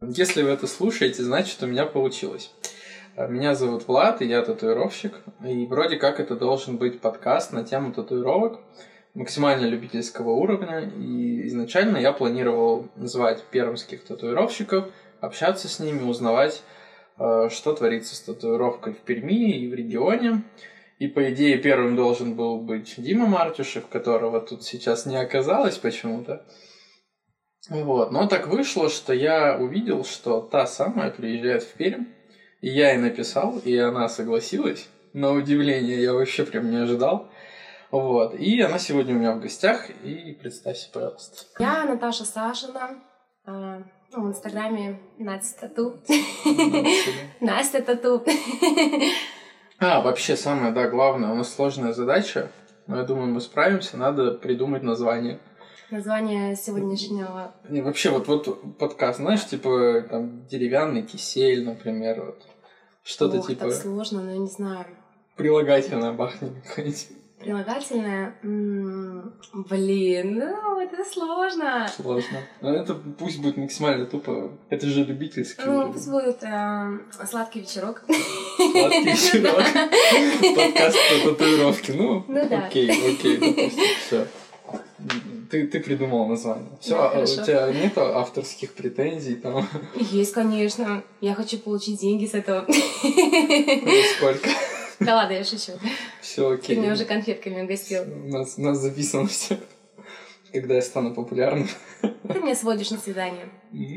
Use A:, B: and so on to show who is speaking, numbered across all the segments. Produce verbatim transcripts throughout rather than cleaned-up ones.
A: Если вы это слушаете, значит, у меня получилось. Меня зовут Влад, и я татуировщик. И вроде как это должен быть подкаст на тему татуировок максимально любительского уровня. И изначально я планировал звать пермских татуировщиков, общаться с ними, узнавать, что творится с татуировкой в Перми и в регионе. И, по идее, первым должен был быть Дима Мартюшев, которого тут сейчас не оказалось почему-то. Вот. Но так вышло, что я увидел, что та самая приезжает в Пермь. И я ей написал, и она согласилась. На удивление, я вообще прям не ожидал. Вот. И она сегодня у меня в гостях. И представься, пожалуйста.
B: Я Наташа Сашина. Э, ну, в инстаграме Настя Тату. Настя Тату.
A: А, вообще самое, да, главное. У нас сложная задача. Но я думаю, мы справимся. Надо придумать название.
B: Название сегодняшнего...
A: Не, вообще, вот, вот подкаст, знаешь, типа там деревянный кисель, например, вот. Что-то
B: Ох,
A: типа...
B: так сложно, но я не знаю.
A: Прилагательное бахнет какое-нибудь.
B: Прилагательное? М-м, блин, ну, это сложно.
A: Сложно. Но это пусть будет максимально тупо. Это же любительский.
B: Ну, пусть будет э, сладкий вечерок.
A: Сладкий вечерок. Подкаст про татуировки. Ну, окей, окей, допустим, все. Ты, ты придумала название. Все,
B: да,
A: а у тебя нет авторских претензий там?
B: Есть, конечно. Я хочу получить деньги с этого.
A: Сколько?
B: Да ладно, я шучу.
A: Все окей.
B: Ты меня уже конфетками угостил.
A: У нас, у нас записано все. Когда я стану популярным.
B: Ты меня сводишь на свидание.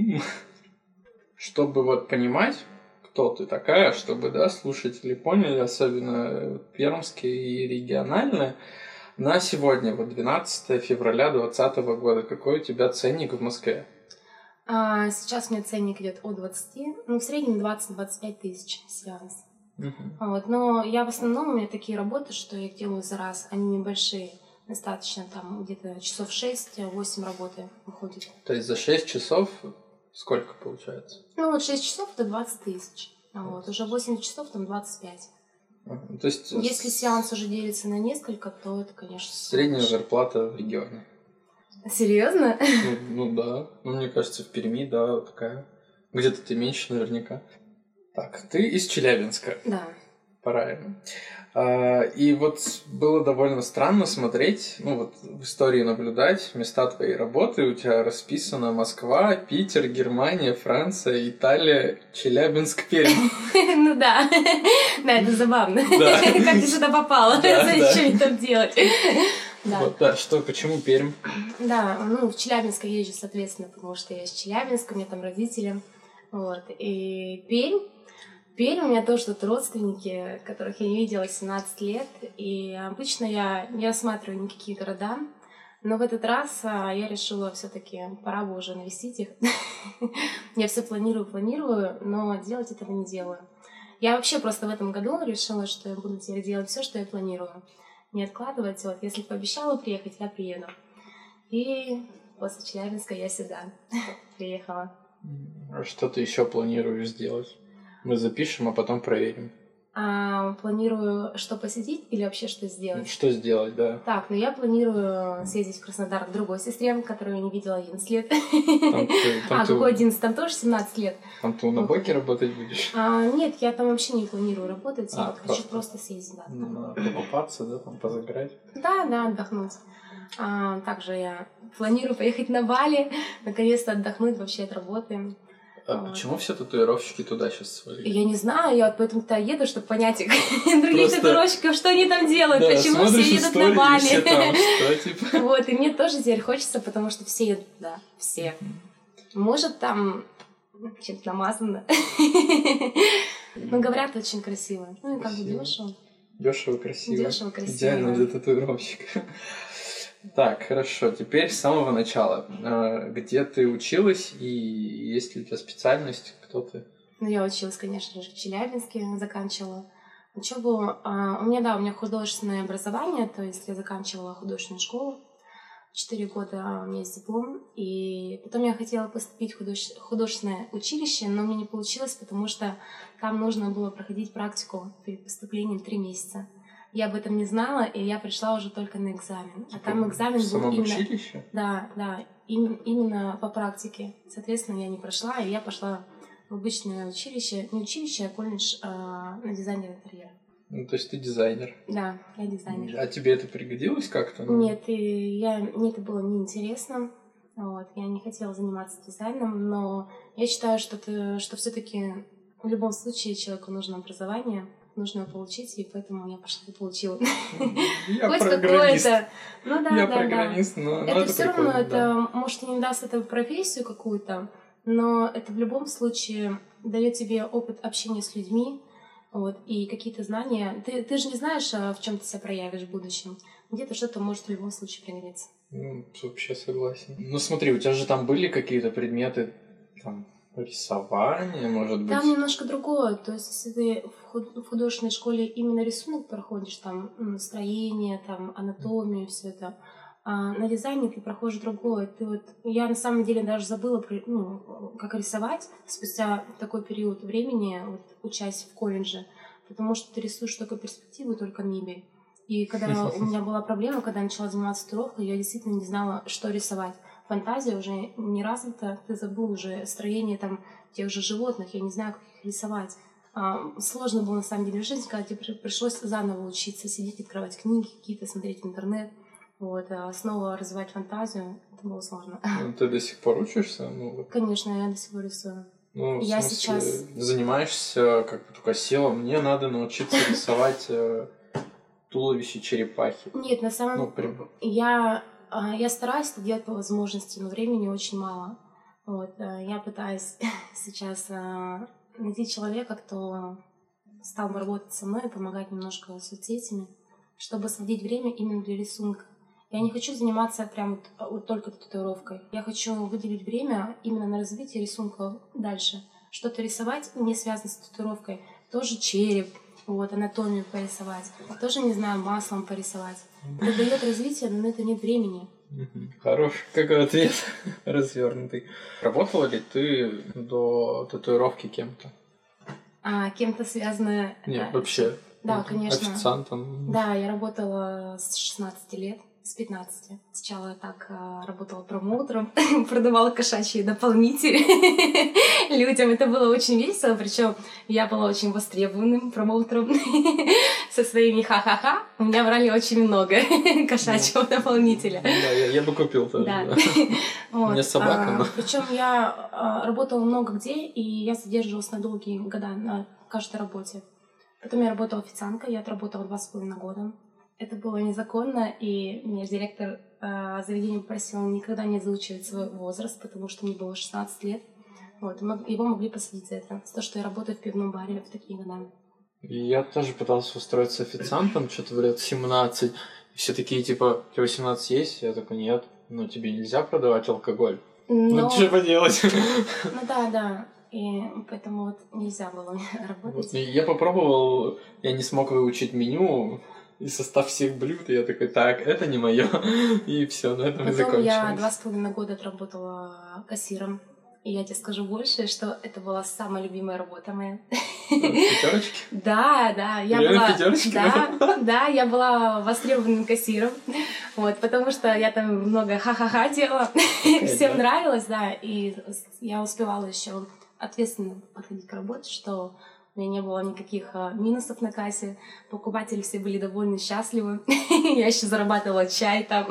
A: Чтобы вот понимать, кто ты такая, чтобы, да, слушатели поняли, особенно пермские и региональные. На сегодня, вот двенадцатое февраля двадцатого года, какой у тебя ценник в Москве?
B: А, сейчас у меня ценник идет от двадцати, ну, в среднем двадцать-двадцать пять тысяч сеанс. Uh-huh. Вот, но я в основном, у меня такие работы, что я их делаю за раз, они небольшие, достаточно, там где-то часов шесть-восемь работы выходит.
A: То есть за шесть часов сколько получается?
B: Ну, вот шесть часов это двадцать тысяч, вот, уже восемь часов там двадцать пять.
A: Uh-huh. То есть...
B: Если сеанс уже делится на несколько, то это, конечно...
A: Средняя больше. Зарплата в регионе.
B: Серьезно?
A: Ну, ну да. Ну, мне кажется, в Перми, да, такая. Где-то ты меньше наверняка. Так, ты из Челябинска.
B: Да.
A: Правильно. А, и вот было довольно странно смотреть, ну вот в истории наблюдать места твоей работы. У тебя расписано Москва, Питер, Германия, Франция, Италия, Челябинск, Пермь.
B: Ну да. Да, это забавно. Как ты сюда попала? Зачем мне там делать?
A: Да. Вот, да, что, почему Пермь?
B: Да, ну, в Челябинск я езжу, соответственно, потому что я из Челябинска, у меня там родители. Вот. И Пермь. Пермь у меня тоже тут родственники, которых я не видела семнадцать лет. И обычно я не рассматриваю никакие города. Но в этот раз я решила все-таки пора бы уже навестить их. Я все планирую, планирую, но делать этого не делаю. Я вообще просто в этом году решила, что я буду теперь делать все, что я планирую. Не откладывать. Вот, если пообещала приехать, я приеду. И после Челябинска я сюда приехала.
A: А что ты еще планируешь сделать? Мы запишем, а потом проверим.
B: А, планирую что посетить или вообще что сделать?
A: Что сделать, да.
B: Так, ну я планирую съездить в Краснодар к другой сестре, которую я не видела одиннадцать лет.
A: Там ты, там
B: а,
A: ты...
B: какой одиннадцать? Там тоже семнадцать лет.
A: Там ты на боке работать будешь?
B: А, нет, я там вообще не планирую работать.
A: А,
B: я вот хочу просто съездить. Да,
A: ну, покупаться, да, там позаграть?
B: Да, да, отдохнуть. А, также я планирую поехать на Бали, наконец-то отдохнуть вообще от работы.
A: А вот. Почему все татуировщики туда сейчас свалили?
B: Я не знаю, я вот поэтому-то еду, чтобы понять их. Другие татуировщики, что они там делают, да, почему все едут на Бали.
A: Все там, что, типа?
B: Вот, и мне тоже теперь хочется, потому что все едут, да, все. Может, там чем-то намазано. Но говорят, очень красиво. Ну и как бы дешево.
A: Дешево, красиво.
B: Дешево, красиво.
A: Идеально для татуировщика. Так, хорошо. Теперь с самого начала. Где ты училась и есть ли у тебя специальность? Кто ты?
B: Ну, я училась, конечно же, в Челябинске, заканчивала учебу. У меня, да, у меня художественное образование, то есть я заканчивала художественную школу. Четыре года у меня есть диплом. И потом я хотела поступить в художе... художественное училище, но мне не получилось, потому что там нужно было проходить практику перед поступлением три месяца. Я об этом не знала, и я пришла уже только на экзамен. А там экзамен
A: в самом
B: был именно...
A: училище?
B: Да, да, им, именно по практике. Соответственно, я не прошла, и я пошла в обычное училище, не училище, а колледж э, на дизайнер интерьера.
A: Ну, то есть ты дизайнер?
B: Да, я дизайнер.
A: А тебе это пригодилось как-то? Ну?
B: Нет, и я, мне это было неинтересно. Вот, я не хотела заниматься дизайном, но я считаю, что, ты, что все-таки в любом случае человеку нужно образование, нужно его получить, и поэтому я пошла и получила.
A: Я
B: Хоть
A: программист.
B: какое-то. Ну да,
A: я
B: да,
A: программист,
B: да.
A: но, но
B: это,
A: это
B: все равно,
A: да.
B: это, может, и не даст эту профессию какую-то, но это в любом случае дает тебе опыт общения с людьми, вот, и какие-то знания. Ты, ты же не знаешь, в чем ты себя проявишь в будущем. Где-то что-то может в любом случае пригодиться.
A: Ну, вообще согласен. Ну смотри, у тебя же там были какие-то предметы, там, рисование, может быть?
B: Там немножко другое. То есть, если ты в художественной школе именно рисунок проходишь, там, строение, там, анатомию, все это, а на дизайне ты проходишь другое. Ты вот... Я на самом деле даже забыла, ну, как рисовать спустя такой период времени, вот, учась в колледже, потому что ты рисуешь только перспективу, только мебель. И когда у меня была проблема, когда я начала заниматься татуировкой, я действительно не знала, что рисовать. Фантазия уже не развита, ты забыл уже строение там тех же животных, я не знаю, как их рисовать. А, сложно было на самом деле жизнь, когда тебе пришлось заново учиться, сидеть, открывать книги какие-то, смотреть интернет, вот, а снова развивать фантазию, это было сложно.
A: Ну, ты до сих пор учишься? Ну,
B: Конечно, я до сих пор рисую.
A: Ну, в
B: я
A: смысле,
B: сейчас...
A: занимаешься, как бы только села, мне надо научиться рисовать э, туловище черепахи.
B: Нет, на самом
A: ну, при...
B: я, я стараюсь это делать по возможности, но времени очень мало. Вот, я пытаюсь сейчас найти человека, кто стал бы работать со мной и помогать немножко с соцсетями, чтобы сводить время именно для рисунка. Я не хочу заниматься прям вот, вот только татуировкой. Я хочу выделить время именно на развитие рисунка дальше. Что-то рисовать не связано с татуировкой. Тоже череп, вот, анатомию порисовать. Тоже, не знаю, маслом порисовать. Это дает развитие, но на это нет времени.
A: Хороший какой ответ, развернутый. Работала ли ты до татуировки кем-то?
B: А кем-то связано...
A: Нет,
B: да,
A: вообще.
B: Да, конечно.
A: Официантом?
B: Да, я работала с шестнадцати лет, с пятнадцати. Сначала я так работала промоутером, продавала кошачьи наполнители людям. Это было очень весело, причем я была очень востребованным промоутером со своими ха-ха-ха. У меня брали очень много кошачьего наполнителя.
A: Да, я, я бы купил тоже.
B: Да.
A: Да.
B: Вот.
A: У меня собака.
B: А,
A: но...
B: Причем я а, работала много где, и я задерживалась на долгие года на каждой работе. Потом я работала официанткой, я отработала два с половиной года. Это было незаконно, и меня директор э, заведения попросил никогда не заучивать свой возраст, потому что мне было шестнадцать лет. Вот, его могли посадить за это, за то, что я работаю в пивном баре в такие года.
A: Я тоже пытался устроиться официантом, что-то в лет семнадцать. И все такие, типа, тебе восемнадцать есть? Я такой, нет, ну тебе нельзя продавать алкоголь.
B: Но...
A: Ну что поделать?
B: Ну да, да. И поэтому вот нельзя было работать.
A: Вот, я попробовал, я не смог выучить меню и состав всех блюд, и я такой, так, это не мое. И все, на этом и закончилось.
B: Потом я два с половиной года отработала кассиром. И я тебе скажу больше, что это была самая любимая работа моя.
A: Пятерочки?
B: Да, да. Я
A: Реально
B: была...
A: пятерочки?
B: Да, да, я была востребованным кассиром. Вот, потому что я там много ха-ха-ха делала. Okay, всем да? нравилось, да. И я успевала еще ответственно подходить к работе, что у меня не было никаких а, минусов на кассе, покупатели все были довольны, счастливы. Я еще зарабатывала чай там,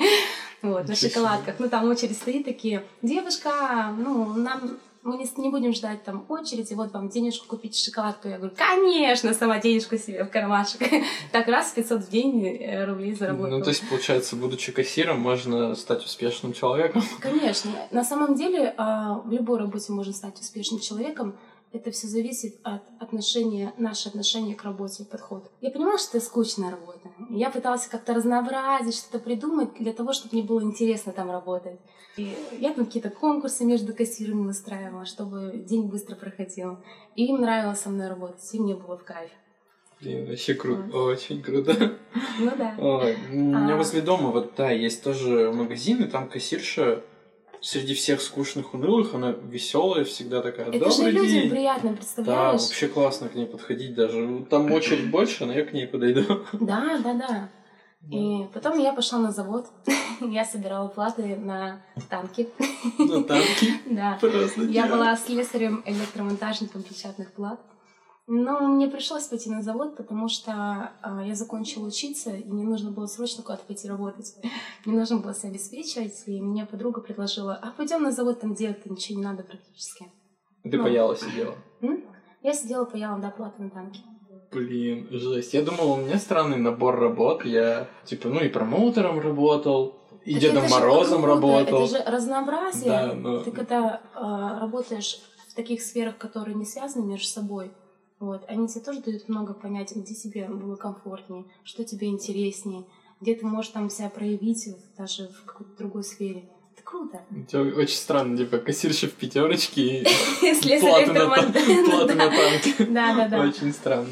B: вот, на шоколадках. Ну, там очередь стоит такие, девушка, ну, нам... мы не, не будем ждать там очереди, вот вам денежку купить шоколадку. Я говорю, конечно, сама денежку себе в кармашек. Так раз пятьсот в день рублей заработала.
A: Ну, то есть, получается, будучи кассиром, можно стать успешным человеком?
B: Конечно. На самом деле, в любой работе можно стать успешным человеком. Это все зависит от отношения, наше отношение к работе, подход. Я понимала, что это скучная работа. Я пыталась как-то разнообразить, что-то придумать для того, чтобы мне было интересно там работать. И я там какие-то конкурсы между кассирами устраивала, чтобы день быстро проходил. И им нравилось со мной работать, и мне было в кайф.
A: Блин, вообще круто, вот. Очень круто.
B: Ну да.
A: Ой, у меня
B: а...
A: возле дома вот, да, есть тоже магазин, и там кассирша среди всех скучных, унылых, она веселая, всегда такая.
B: Это
A: Добрый
B: же людям
A: день.
B: приятно,
A: Да,
B: представляешь?
A: вообще классно к ней подходить даже. Там очередь больше, но я к ней подойду.
B: Да, да, да. И потом я пошла на завод, я собирала платы на танки.
A: На танки?
B: Да.
A: Просто
B: Я
A: идеально.
B: была слесарем-электромонтажником печатных плат. Но мне пришлось пойти на завод, потому что а, я закончила учиться, и мне нужно было срочно куда-то пойти работать. Мне нужно было себя обеспечивать, и мне подруга предложила: а пойдем на завод, там делать-то ничего не надо практически.
A: Ты
B: Ну.
A: паяла сидела?
B: М? Я сидела, паяла, да, платы на танке.
A: Блин, жесть. Я думал, у меня странный набор работ. Я, типа, ну и промоутером работал, и
B: Так
A: Дедом
B: это же
A: Морозом
B: круто,
A: работал.
B: Это же разнообразие.
A: Да, но-
B: Ты когда а, работаешь в таких сферах, которые не связаны между собой, вот, они тебе тоже дают много понятий, где тебе было комфортнее, что тебе интереснее, где ты можешь там себя проявить в- даже в какой-то другой сфере. Это круто.
A: У тебя очень странно, типа, кассирша в пятерочке и
B: Слесарь
A: платы на тан-
B: электромонтажник.
A: платы на танке.
B: Да, да, да.
A: Очень странно.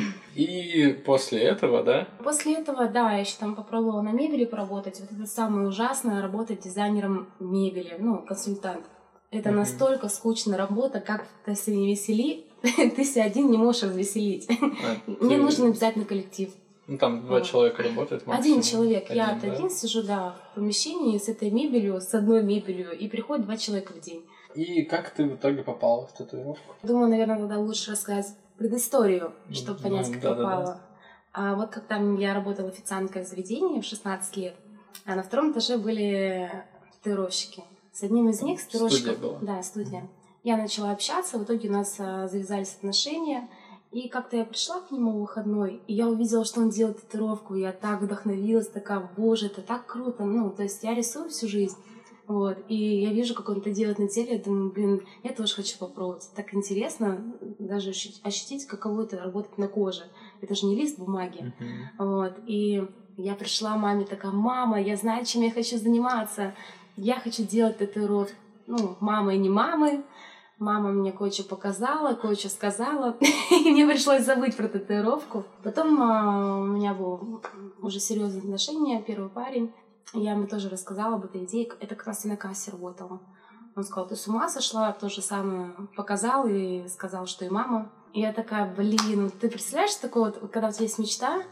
A: И после этого, да?
B: После этого, да, я еще там попробовала на мебели поработать. Вот это самое ужасное — работать дизайнером мебели, ну, консультант. Это
A: Мгм.
B: настолько скучная работа, как ты себя не весели, ты себя один не можешь развеселить.
A: А,
B: Мне
A: ты-
B: нужен обязательно коллектив.
A: Ну, там два
B: Вот.
A: человека работают максимум.
B: Один человек. Я
A: Один, да?
B: один сижу, да, в помещении с этой мебелью, с одной мебелью, и приходит два человека в день.
A: И как ты в итоге попала в татуировку?
B: Думаю, наверное, тогда лучше рассказать предысторию, чтобы
A: Ну,
B: понять, как
A: да-да-да.
B: попала. А вот когда я работала официанткой в заведении в шестнадцать лет, а на втором этаже были татуировщики. С одним из них, с татуировщиков...
A: Студия была.
B: Да, студия. Я начала общаться, в итоге у нас а, завязались отношения. И как-то я пришла к нему в выходной, и я увидела, что он делает татуировку, и я так вдохновилась, такая: боже, это так круто. Ну, то есть я рисую всю жизнь. Вот, и я вижу, как он это делает на теле, я думаю, блин, я тоже хочу попробовать. Так интересно даже ощутить, ощутить, каково это работать на коже. Это же не лист бумаги.
A: Мгм.
B: Вот, и я пришла маме такая: мама, я знаю, чем я хочу заниматься. Я хочу делать татуировки. Ну, мамы и не мамы. Мама мне кое-что показала, кое-что сказала, и мне пришлось забыть про татуировку. Потом а, у меня был уже серьезные отношения, первый парень. Я ему тоже рассказала об этой идее. Это как раз я на кассе работала. Он сказал: ты с ума сошла? То же самое показал и сказал, что и мама. И я такая: блин, ты представляешь, такое вот, когда у тебя есть мечта,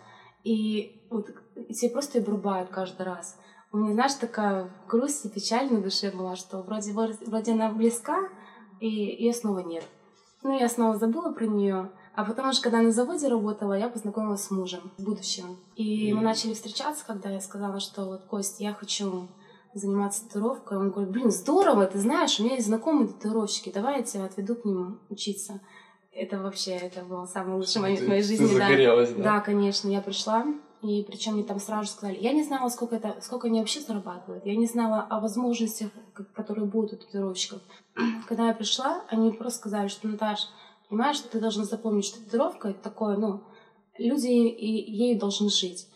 B: и вот и тебе просто ее врубают каждый раз. У меня, знаешь, такая грусть и печаль на душе была, что вроде, вроде она близка, и ее снова нет. Ну, я снова забыла про нее. А потом уже, когда на заводе работала, я познакомилась с мужем, будущим. И мы начали встречаться, когда я сказала, что вот, Кость, я хочу заниматься татуировкой. Он говорит: блин, здорово, ты знаешь, у меня есть знакомые татуировщики, давай я тебя отведу к ним учиться. Это вообще, это был самый лучший момент
A: Ты-
B: в моей
A: ты
B: жизни. Да.
A: загорелась, да?
B: Да, конечно, я пришла. И причем мне там сразу же сказали, я не знала, сколько, это, сколько они вообще зарабатывают. Я не знала о возможностях, к- которые будут у татуировщиков. Когда я пришла, они просто сказали, что: Наташ, понимаешь, что ты должна запомнить, что татуировка — это такое, ну, люди и ею должны жить.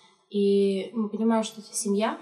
B: И мы понимаем, что это семья,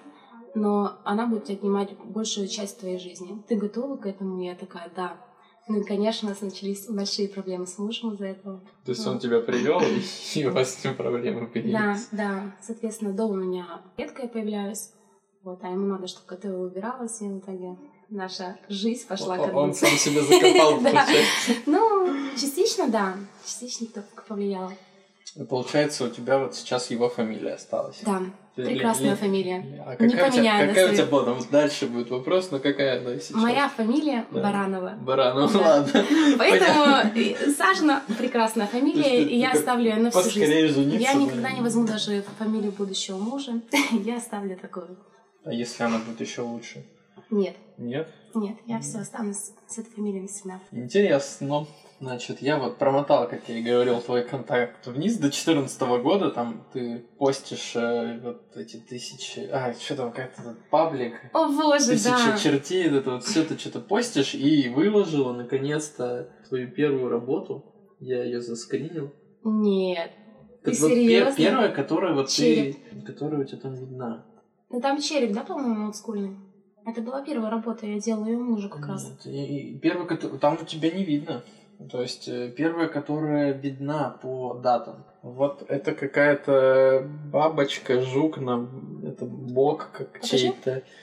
B: но она будет отнимать большую часть твоей жизни. Ты готова к этому? И я такая: да. Ну и, конечно, у нас начались большие проблемы с мужем из-за этого.
A: То есть
B: Ну.
A: он тебя привел, и у вас с ним проблемы
B: Да,
A: появились.
B: да. Соответственно, дома у меня редко я появляюсь. Вот, а ему надо, чтобы Катя убиралась, и в итоге наша жизнь пошла
A: О-
B: ко
A: Он
B: дну.
A: сам себя закопал,
B: Да.
A: получается.
B: Ну, частично, да. Частично так повлияло.
A: И получается, у тебя вот сейчас его фамилия осталась.
B: Да,
A: Ты-
B: прекрасная
A: Ле-
B: фамилия.
A: А какая,
B: Не
A: у тебя,
B: поменяю на
A: какая у
B: свою.
A: тебя была? Там дальше будет вопрос, но какая она сейчас?
B: Моя фамилия
A: Да.
B: Баранова.
A: Баранов,
B: Да.
A: ладно.
B: Поэтому и Сажина прекрасная
A: То есть
B: фамилия,
A: ты
B: и я
A: только
B: оставлю ее на всю жизнь.
A: Поскорее жениться.
B: Я
A: да.
B: никогда не возьму даже фамилию будущего мужа. Я оставлю такую.
A: А если она будет еще лучше?
B: Нет,
A: Нет?
B: нет, я все останусь с этой фамилией навсегда.
A: Интересно. Значит, я вот промотал, как я и говорил, твой контакт вниз до четырнадцатого года. Там ты постишь э, вот эти тысячи... А, что там, как-то паблик.
B: О боже,
A: Тысяча
B: да.
A: чертей, вот это вот все ты что-то постишь, и выложила наконец-то твою первую работу. Я ее заскринил.
B: Нет. Ты
A: Это вот пер-
B: серьезно?
A: первая, которая вот
B: Череп.
A: ты, которая у тебя там видна.
B: Ну там череп, да, по-моему, олдскульный? Это была первая работа, я делала ее мужу как раз.
A: Нет, и- и первая, кото- там у тебя не видно. То есть э, первая, которая видна по датам. Вот это какая-то бабочка, жук на это бок как
B: Покажи.
A: чей-то.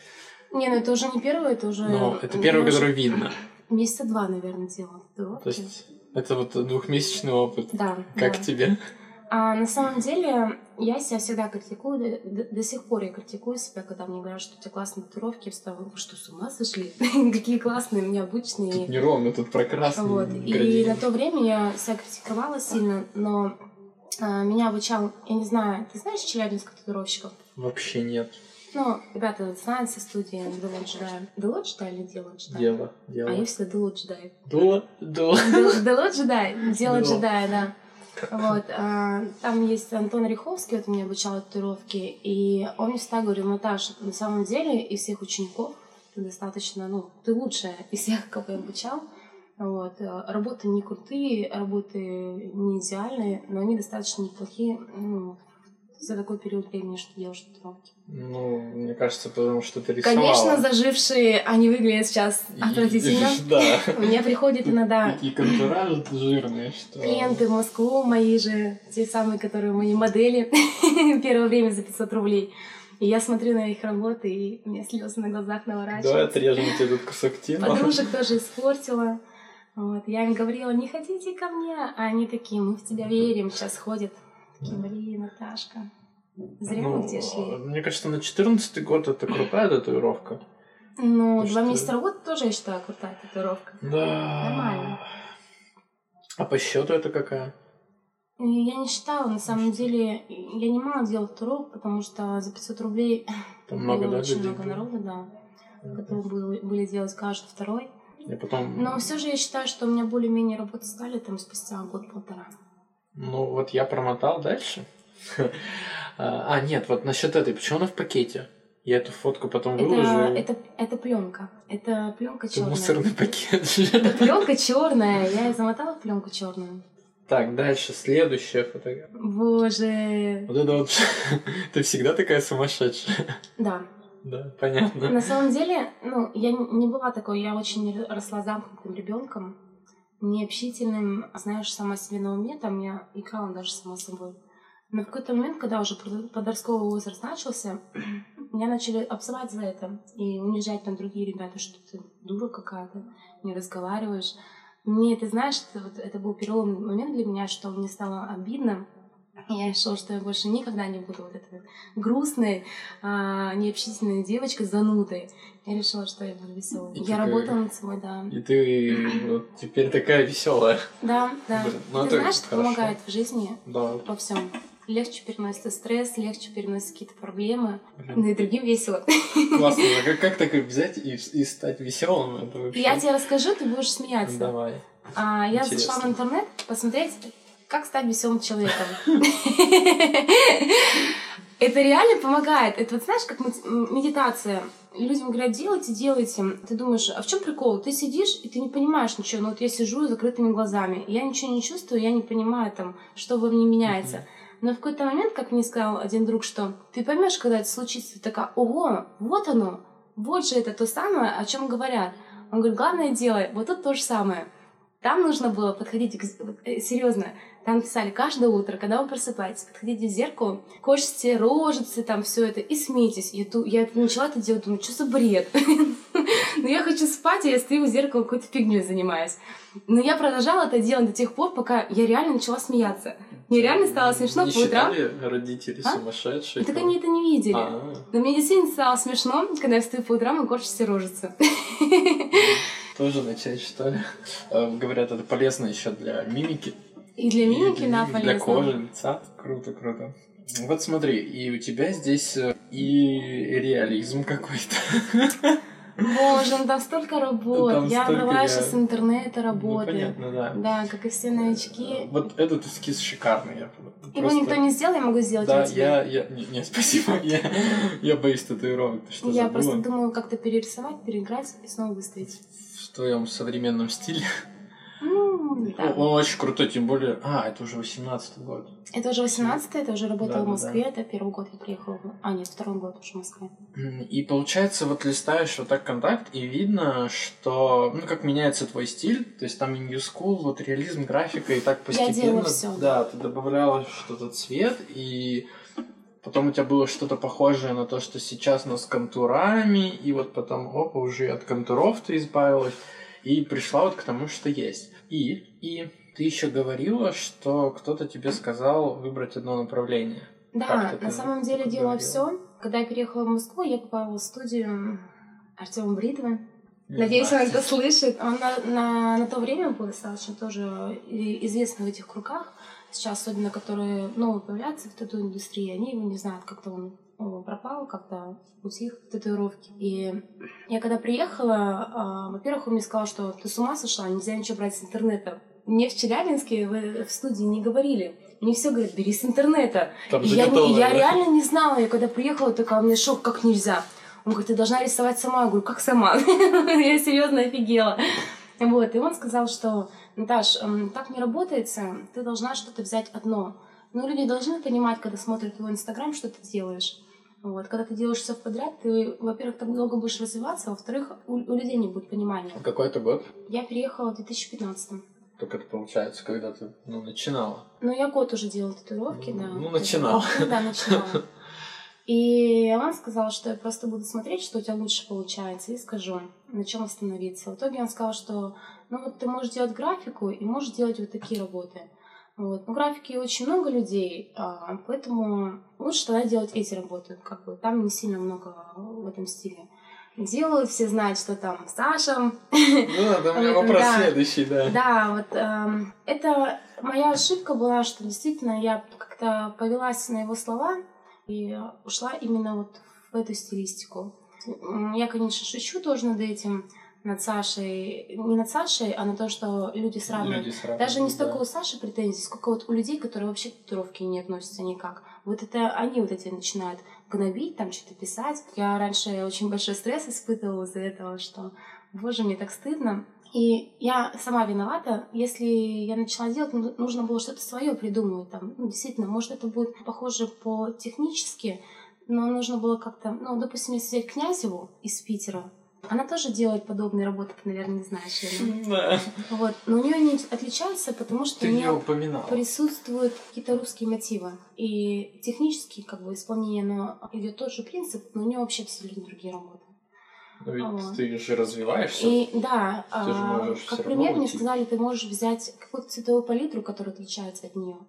B: Не, ну это уже не первый, это уже...
A: Ну, это первый,
B: уже...
A: который видно.
B: Месяца два, наверное, делала татуировки.
A: То есть это вот двухмесячный опыт.
B: Да.
A: Как
B: да.
A: тебе?
B: А на самом деле, я себя всегда критикую, до, до, до сих пор я критикую себя, когда мне говорят, что у тебя классные татуировки, я вставаю, вы что, с ума сошли? Какие классные, необычные.
A: Тут неровно, тут про красный
B: вот. И на то время я себя критиковала сильно, но а, меня обучал, я не знаю, ты знаешь челябинских татуировщиков?
A: Вообще нет.
B: Ну, ребята знают со студии Дело Джедай. Дело Джедай или Дело Джедай?
A: Дело, дело.
B: А я всегда Дело Джедай.
A: Дело, дело.
B: Дело Джедай, Дело Джедай, да. Вот, а, там есть Антон Ореховский, вот меня обучал татуировки, и он мне всегда говорил: Наташа, на самом деле из всех учеников ты достаточно, ну, ты лучшая из всех, кого я обучал. Вот, работы не крутые, работы не идеальные, но они достаточно неплохие, ну, за такой период времени, что делаешь татуировки.
A: Ну, мне кажется, потому что ты рисовала.
B: Конечно, зажившие они выглядят сейчас отвратительно.
A: И, да.
B: Мне приходят иногда
A: такие контура жирные, что...
B: клиенты в Москву, мои же, те самые, которые мои модели, первое время за пятьсот рублей. И я смотрю на их работы, и у меня слезы на глазах наворачиваются.
A: Давай отрежем тебе этот кусок тела.
B: Подружек тоже испортила. Вот. Я им говорила: не ходите ко мне. А они такие: мы в тебя верим. Сейчас ходят. Такие: блин, Наташка, зря
A: ну,
B: мы где шли.
A: Мне кажется, на четырнадцатый год это крутая татуировка.
B: Ну, два
A: что...
B: месяца работы тоже, я считаю, крутая татуировка.
A: Да.
B: Нормально.
A: А по счету это какая?
B: Я не считала, на самом деле, я не мало делала татуировок, потому что за пятьсот рублей
A: там много, да,
B: очень
A: людей
B: много
A: было?
B: народа, да, которые были, были делать каждый второй.
A: И потом...
B: Но все же я считаю, что у меня более-менее работы стали там спустя год-полтора.
A: Ну, вот я промотал дальше. А, нет, вот насчет этой, почему она в пакете? Я эту фотку потом выложу.
B: Это, это, это пленка. Это пленка черная.
A: Это мусорный пакет.
B: Это пленка черная. Я замотала в пленку черную.
A: Так, дальше, следующая фотография.
B: Боже.
A: Вот это вот... Ты всегда такая сумасшедшая.
B: Да.
A: Да, понятно.
B: На самом деле, ну, я не была такой, я очень росла замкнутым ребенком, необщительным, знаешь, сама себе на уме, там я играла даже сама собой. Но в какой-то момент, когда уже подростковый возраст начался, меня начали обзывать за это и унижать там другие ребята, что ты дура какая-то, не разговариваешь. Мне это, знаешь, это, вот, это был переломный момент для меня, что мне стало обидно. И я решила, что я больше никогда не буду вот этой вот грустной, а, необщительной девочкой с занудой. Я решила, что я буду веселой. Я такая... работала над собой, да.
A: И ты вот теперь такая веселая.
B: Да, да.
A: Блин, ну
B: ты
A: это
B: знаешь, что
A: хорошо.
B: помогает в жизни,
A: да.
B: во всем. Легче переносится стресс, легче переносится какие-то проблемы. Блин. Ну и другим весело.
A: Классно. А как, как так взять и, и стать веселым? Это вообще...
B: Я тебе расскажу, ты будешь смеяться.
A: Давай.
B: А, я зашла в интернет посмотреть, как стать веселым человеком. Это реально помогает. Это вот знаешь, как медитация. Людям говорят: делайте, делайте. Ты думаешь: а в чем прикол? Ты сидишь, и ты не понимаешь ничего. Ну вот я сижу с закрытыми глазами. Я ничего не чувствую, я не понимаю, там, что во мне меняется. Но в какой-то момент, как мне сказал один друг, что ты поймешь, когда это случится, ты такая: ого, вот оно, вот же это то самое, о чем говорят. Он говорит: главное делай, вот тут то же самое. Там нужно было подходить, серьезно, там писали: каждое утро, когда вы просыпаетесь, подходите к зеркалу, кошите рожицы, там все это, и смейтесь. Я, я начала это делать, думаю: что за бред? Но я хочу спать, и я стою у зеркала, какой-то фигней занимаюсь. Но я продолжала это делать до тех пор, пока я реально начала смеяться. Мне реально стало смешно по утрам.
A: Не считали родители а? сумасшедшие?
B: Так они это не видели. А-а-а. Но мне действительно стало смешно, когда я встаю по утрам и корчу себе рожицы.
A: Тоже начать, что ли? Говорят, это полезно еще для мимики.
B: И для мимики,
A: и
B: да,
A: для
B: полезно.
A: Для кожи, лица. Круто, круто. Вот смотри, и у тебя здесь и реализм какой-то.
B: Боже, ну там столько работ. Там я
A: столько
B: брала
A: я...
B: еще с интернета работы.
A: Ну, понятно, да.
B: Да, как и все новички.
A: Вот этот эскиз шикарный. Я
B: Его просто... никто не сделал, я могу сделать
A: да,
B: его тебе.
A: я, я... Не, не, спасибо. Я, я боюсь татуировок. Ты что,
B: я
A: забыла?
B: Просто думаю, как-то перерисовать, переиграть и снова выставить.
A: В твоем современном стиле.
B: Ну, да.
A: Он очень крутой, тем более... А, это уже восемнадцатый год.
B: Это уже восемнадцатый, это уже работала
A: да,
B: в Москве,
A: да.
B: Это первый год я приехала. А, нет, второй год уже в Москве.
A: И получается, вот листаешь вот так контакт, и видно, что... Ну, как меняется твой стиль. То есть там и New School, вот реализм, графика, и так постепенно...
B: Я делала всё.
A: Да, ты добавляла что-то цвет, и... потом у тебя было что-то похожее на то, что сейчас, но с контурами, и вот потом, опа, уже от контуров ты избавилась, и пришла вот к тому, что есть. И, и ты еще говорила, что кто-то тебе сказал выбрать одно направление.
B: Да, на самом деле делала все. Когда я переехала в Москву, я попала в студию Артема Бритова. Надеюсь, он это слышит. Он на, на, на то время был достаточно тоже известный в этих кругах. Сейчас, особенно, которые новые появляются в тату-индустрии, они его не знают, как-то он о, пропал, как-то утих в татуировке. И я когда приехала, э, во-первых, он мне сказал, что ты с ума сошла, нельзя ничего брать с интернета. Мне в Челябинске в, в студии не говорили. Мне все говорят, бери с интернета. И я, не, я реально не знала. Я когда приехала, такая, у меня шок, как нельзя. Он говорит, ты должна рисовать сама. Я говорю, как сама? Я серьезно офигела. Вот. И он сказал, что, Наташ, так не работается, ты должна что-то взять одно. Но люди должны понимать, когда смотрят твой Инстаграм, что ты делаешь. Вот. Когда ты делаешь все подряд, ты, во-первых, так долго будешь развиваться, во-вторых, у, у людей не будет понимания.
A: Какой это год?
B: Я переехала в две тысячи пятнадцатом.
A: Как это получается, когда ты ну, начинала?
B: Ну, я год уже делала татуировки,
A: ну,
B: да.
A: Ну, начинала.
B: Да, начинала. И он сказал, что я просто буду смотреть, что у тебя лучше получается, и скажу, на чем остановиться. В итоге он сказал, что ну вот ты можешь делать графику и можешь делать вот такие работы. Вот. Но графики очень много людей, поэтому лучше тогда делать эти работы. Как бы там не сильно много в этом стиле делают, все знают, что там Саша.
A: Ну да, у меня вопрос да. следующий, да.
B: Да, вот эм, это моя ошибка была, что действительно я как-то повелась на его слова и ушла именно вот в эту стилистику. Я, конечно, шучу тоже над этим, над Сашей, не над Сашей, а на то, что люди сравнивают. Люди сравнивают Даже не столько да. у Саши претензий, сколько вот у людей, которые вообще к татуировке не относятся никак. Вот это они вот эти начинают гнобить, там что-то писать. Я раньше очень большой стресс испытывала из-за этого, что, боже, мне так стыдно. И я сама виновата. Если я начала делать, нужно было что-то свое придумывать. Там, ну, действительно, может, это будет похоже по технически, но нужно было как-то, ну, допустим, если взять Князеву из Питера, она тоже делает подобные работы, ты, наверное, не знаешь.
A: Да.
B: Вот. Но у нее они отличаются, потому что
A: ты
B: у нее
A: упоминала.
B: Присутствуют какие-то русские мотивы. И технически как бы исполнение, но идет тот же принцип, но у нее вообще абсолютно другие работы.
A: Но ведь вот. Ты же развиваешься.
B: И да,
A: ты же можешь
B: как пример мне сказали, ты можешь взять какую-то цветовую палитру, которая отличается от нее.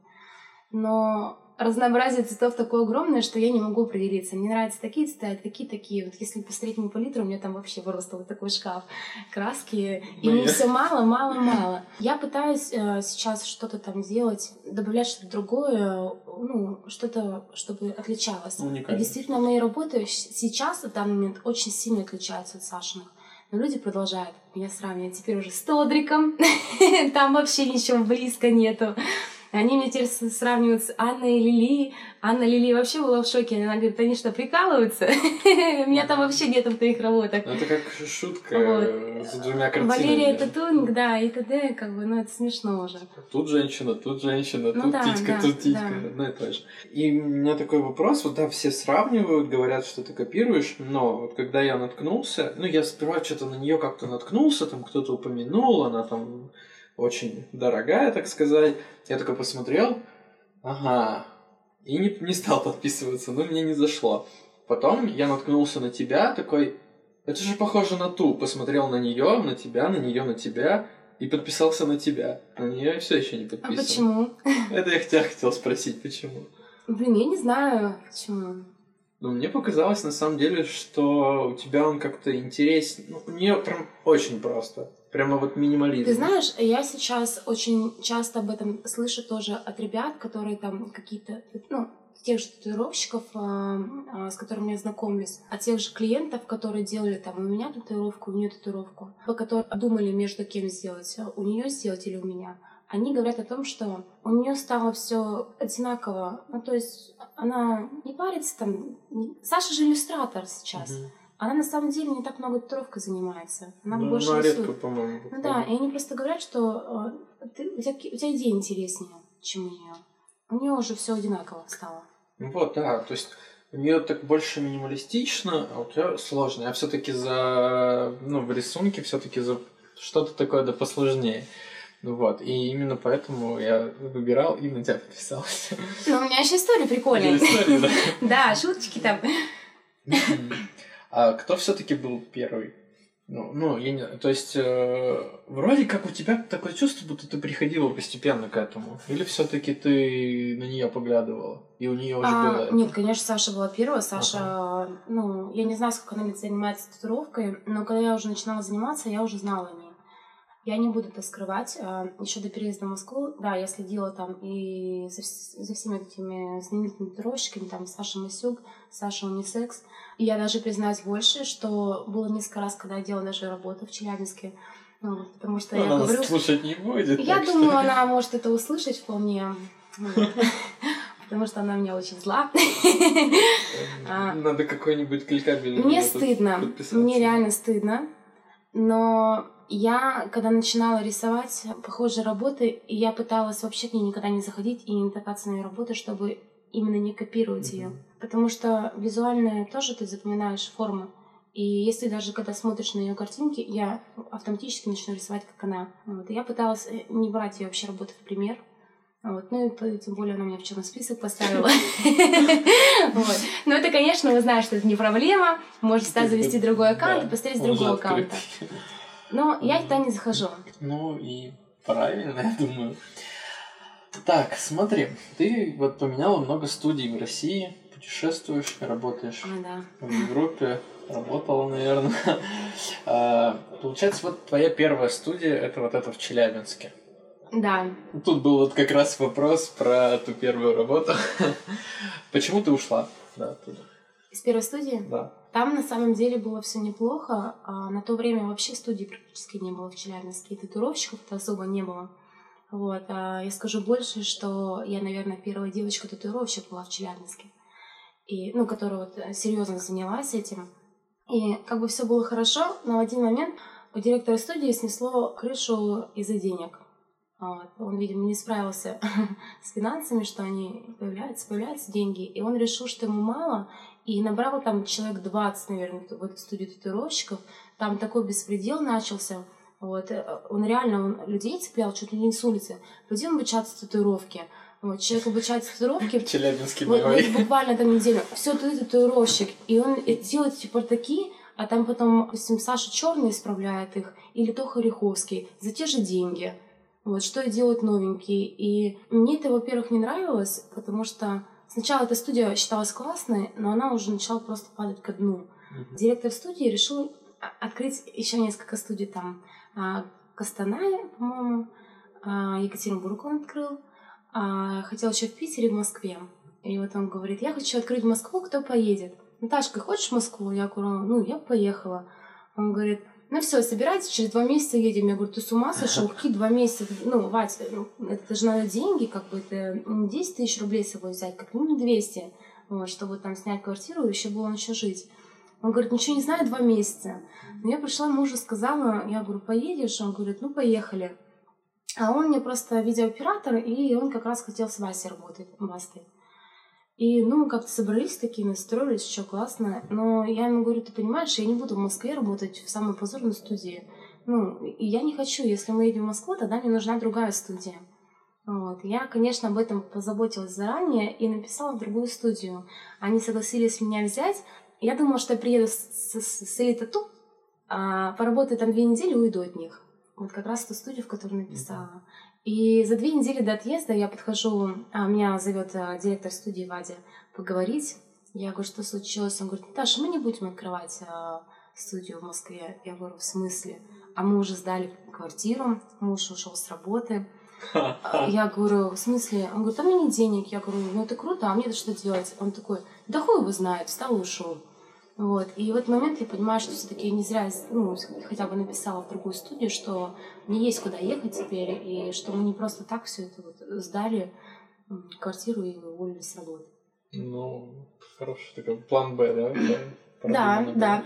B: Но разнообразие цветов такое огромное, что я не могу определиться. Мне нравятся такие цвета, такие, такие. Вот если посмотреть мою палитру, у меня там вообще вырос вот такой шкаф. Краски. И мне все мало, мало, мало. Я пытаюсь э, сейчас что-то там делать, добавлять что-то другое, ну, что-то, чтобы отличалось.
A: Уникально.
B: И действительно, мои работы сейчас, в данный момент, очень сильно отличаются от Сашиных. Но люди продолжают меня сравнивать. Теперь уже с Тодриком. Там вообще ничего близко нету. Они меня теперь сравнивают с Анной Лили. Анна Лили вообще была в шоке. Она говорит, они что, прикалываются? У меня там вообще нету в твоих работах.
A: Это как шутка с двумя картинами.
B: Валерия Татунг, да, и т.д. Как бы, ну это смешно уже.
A: Тут женщина, тут женщина, тут титька, тут титька. Одно и то же. И у меня такой вопрос. Вот да, все сравнивают, говорят, что ты копируешь, но вот когда я наткнулся, ну я сперва что-то на нее как-то наткнулся, там кто-то упомянул, она там очень дорогая, так сказать. Я такой посмотрел, ага, и не, не стал подписываться, но мне не зашло. Потом я наткнулся на тебя, такой, это же похоже на ту. Посмотрел на нее, на тебя, на нее, на тебя, и подписался на тебя. На нее я все еще не подписан.
B: А почему?
A: Это я тебя хотел спросить, почему.
B: Блин, я не знаю, почему.
A: Ну, мне показалось, на самом деле, что у тебя он как-то интереснее. Ну, у нее прям очень просто. Прямо вот минимализм.
B: Ты знаешь, я сейчас очень часто об этом слышу тоже от ребят, которые там какие-то, ну, тех же татуировщиков, с которыми я знакомлюсь, от тех же клиентов, которые делали там у меня татуировку, у нее татуировку, по которым думали между кем сделать, у нее сделать или у меня. Они говорят о том, что у нее стало все одинаково. Ну, то есть она не парится там. Саша же иллюстратор сейчас. Угу. Она на самом деле не так много татуировкой занимается. Она
A: ну,
B: больше
A: она
B: рисует.
A: редко, по-моему.
B: Ну да, и они просто говорят, что э, ты, у, тебя, у тебя идея интереснее, чем у нее. У нее уже все одинаково стало.
A: Ну вот, да, то есть у нее так больше минималистично, а у тебя сложно. Я все-таки за, ну, в рисунке все-таки за что-то такое да посложнее. Ну вот, и именно поэтому я выбирал и на тебя подписался.
B: Ну, у меня еще история прикольная.
A: История, да?
B: Да, шуточки там.
A: А кто все-таки был первый? Ну, ну, я не... То есть, э, вроде как у тебя такое чувство, будто ты приходила постепенно к этому. Или все-таки ты на нее поглядывала, и у нее уже
B: а,
A: было...
B: Нет, конечно, Саша была первая. Саша,
A: ага.
B: ну, я не знаю, сколько она лет занимается татуировкой, но когда я уже начинала заниматься, я уже знала о ней. Я не буду это скрывать. Еще до переезда в Москву, да, я следила там и за, за всеми этими знаменитыми татуировщиками, там, Саша Масюк, Саша Унисекс. И я даже признаюсь больше, что было несколько раз, когда я делала даже работу в Челябинске, ну, потому что
A: она
B: я говорю...
A: слушать не будет.
B: Я думаю,
A: что...
B: она может это услышать вполне, потому что она меня очень зла.
A: Надо какой-нибудь кликабельный...
B: Мне стыдно, мне реально стыдно, но... Я, когда начинала рисовать похожие работы, я пыталась вообще к ней никогда не заходить и не натыкаться на ее работы, чтобы именно не копировать mm-hmm. ее. Потому что визуально тоже ты запоминаешь формы. И если даже когда смотришь на ее картинки, я автоматически начну рисовать, как она. Вот. И я пыталась не брать ее вообще работы в пример. Вот. Ну и тем более она меня в черный список поставила. Но это, конечно, вы знаете, что это не проблема. Можете всегда завести другой аккаунт и посмотреть с другого аккаунта. Но я туда не захожу.
A: Ну и правильно, я думаю. Так, смотри, ты вот поменяла много студий в России, путешествуешь, работаешь
B: а, да.
A: в Европе, работала, наверное. А, получается, вот твоя первая студия, это вот это в Челябинске.
B: Да.
A: Тут был вот как раз вопрос про ту первую работу. Почему ты ушла? Да, оттуда.
B: Из первой студии?
A: Да.
B: Там на самом деле было все неплохо. А на то время вообще студий практически не было в Челябинске. И татуировщиков-то особо не было. Вот. А я скажу больше, что я, наверное, первая девочка-татуировщик была в Челябинске. И, ну, которая вот серьезно занялась этим. И как бы все было хорошо, но в один момент у директора студии снесло крышу из-за денег. Вот. Он, видимо, не справился с финансами, что они появляются, появляются деньги. И он решил, что ему мало, и набрал там человек двадцать, наверное, в эту студию татуировщиков. Там такой беспредел начался. Вот. Он реально он людей цеплял чуть ли не с улицы. Пойдем обучаться татуировке. Вот. Человек обучается татуировке.
A: Челябинский
B: вот,
A: мой.
B: вот буквально там неделю. Все, ты татуировщик. И он делает эти портаки, а там потом, допустим, Саша Черный исправляет их, или Тоха Риховский за те же деньги. Вот, что и делают новенькие. И мне это, во-первых, не нравилось, потому что сначала эта студия считалась классной, но она уже начала просто падать ко дну. Mm-hmm. Директор студии решил открыть еще несколько студий там. Костанай, по-моему, Екатеринбург он открыл. Хотел еще в Питере, в Москве. И вот он говорит, я хочу открыть в Москву, кто поедет? Наташка, хочешь в Москву? Я говорю, ну, я поехала. Он говорит, ну все, собирайтесь, через два месяца едем. Я говорю, ты с ума сошел? Какие два месяца? Ну, Вать, ну, это же надо деньги, как бы, это не десять тысяч рублей с собой взять, как минимум двести, вот, чтобы там снять квартиру, и еще было на что жить. Он говорит, ничего не знаю, два месяца. Но я пришла, мужу сказала, я говорю, поедешь? Он говорит, ну, поехали. А он мне просто видеооператор, и он как раз хотел с Васей работать, Бастой. И, ну, мы как-то собрались такие, настроились, все классно. Но я ему говорю, ты понимаешь, я не буду в Москве работать в самой позорной студии. Ну, и я не хочу. Если мы едем в Москву, тогда мне нужна другая студия. Вот. Я, конечно, об этом позаботилась заранее и написала в другую студию. Они согласились меня взять. Я думала, что я приеду с, с, с Элит Тату, а поработаю там две недели и уйду от них. Вот как раз ту студию, в которую написала. И за две недели до отъезда я подхожу, а, меня зовет а, директор студии Вадя поговорить. Я говорю, что случилось? Он говорит, Наташа, мы не будем открывать а, студию в Москве. Я говорю, в смысле? А мы уже сдали квартиру, муж ушел с работы. Я говорю, в смысле? Он говорит, а мне нет денег. Я говорю, ну это круто, а мне-то что делать? Он такой, да хуй его знает, встал и ушел. Вот. И в этот момент я понимаю, что все-таки не зря, ну, хотя бы написала в другую студию, что мне есть куда ехать теперь, и что мы не просто так все это вот сдали квартиру и уволились с работы.
A: Ну, хороший такой план Б, да?
B: Да, да.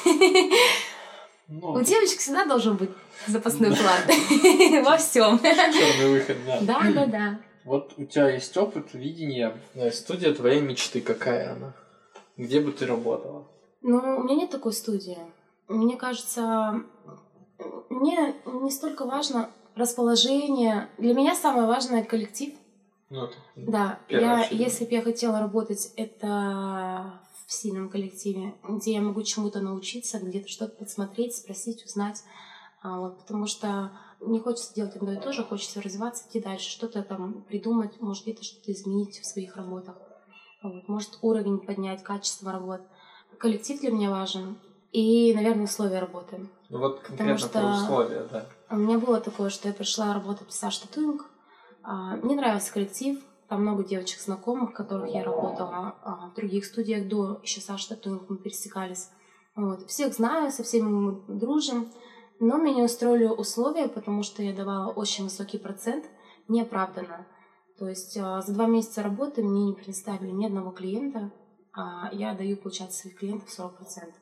B: У девочек всегда должен быть запасной план во всем.
A: Черный выход, да.
B: Да, да, да.
A: Вот у тебя есть опыт видения, студия твоей мечты, какая она? Где бы ты работала?
B: Ну, у меня нет такой студии. Мне кажется, мне не столько важно расположение. Для меня самое важное — коллектив.
A: Ну,
B: да, я, если бы я хотела работать, это в сильном коллективе, где я могу чему-то научиться, где-то что-то подсмотреть, спросить, узнать. А, вот, потому что не хочется делать одно и то же, хочется развиваться, идти дальше, что-то там придумать, может где-то что-то изменить в своих работах. Вот, может уровень поднять, качество работ. Коллектив для меня важен. И, наверное, условия работы.
A: Ну вот конкретно что про условия, да.
B: У меня было такое, что я пришла работать в Саш Татуинг. Мне нравился коллектив. Там много девочек знакомых, которых я работала в других студиях до еще Саш Татуинг, мы пересекались. Вот. Всех знаю, со всеми мы дружим. Но меня устроили условия, потому что я давала очень высокий процент, неоправданно. То есть за два месяца работы мне не предоставили ни одного клиента, а я даю, получается, своих клиентов сорок процентов.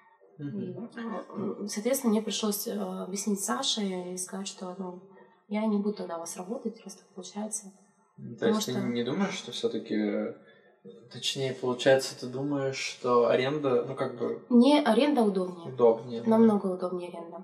B: И, соответственно, мне пришлось объяснить Саше и сказать, что ну, я не буду тогда у вас работать, раз так получается.
A: То есть что... ты не думаешь, что все-таки, точнее, получается, ты думаешь, что аренда, ну как бы...
B: Мне аренда удобнее.
A: Удобнее.
B: Намного да. удобнее аренда.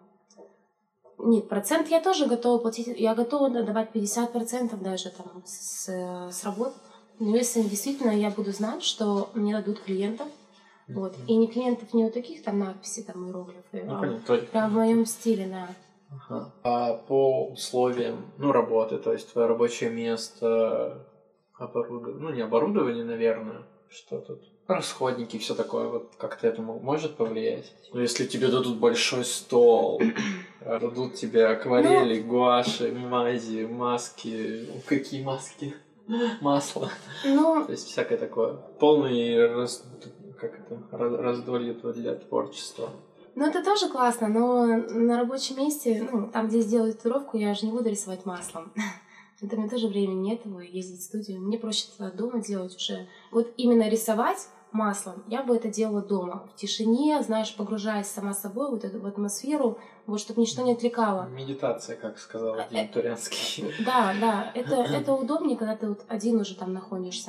B: Нет, процент я тоже готова платить, я готова давать пятьдесят процентов даже там с, с работ. Но если действительно я буду знать, что мне дадут клиентов, вот. Mm-hmm. И не клиентов не у таких там надписей, там иероглифы, ну, а вот прям в моем стиле, да.
A: Ага. А по условиям, ну, работы, то есть твое рабочее место, оборудование, ну, не оборудование, наверное, что тут, расходники, все такое, вот как-то это может повлиять? Ну, если тебе дадут большой стол, дадут тебе акварели, ну... гуаши, мази, маски, какие маски? Масло.
B: Ну...
A: То есть всякое такое. Полный раз... как это, раздолье для творчества.
B: Ну, это тоже классно, но на рабочем месте, ну, там, где сделают татуировку, я же не буду рисовать маслом. Это мне тоже времени нет, ездить в студию. Мне проще это дома делать уже. Вот именно рисовать маслом я бы это делала дома, в тишине, знаешь, погружаясь сама собой вот эту в атмосферу, вот, чтобы ничто не отвлекало.
A: Медитация, как сказал Дим Турянский.
B: Да, да, это, это удобнее, когда ты вот один уже там находишься.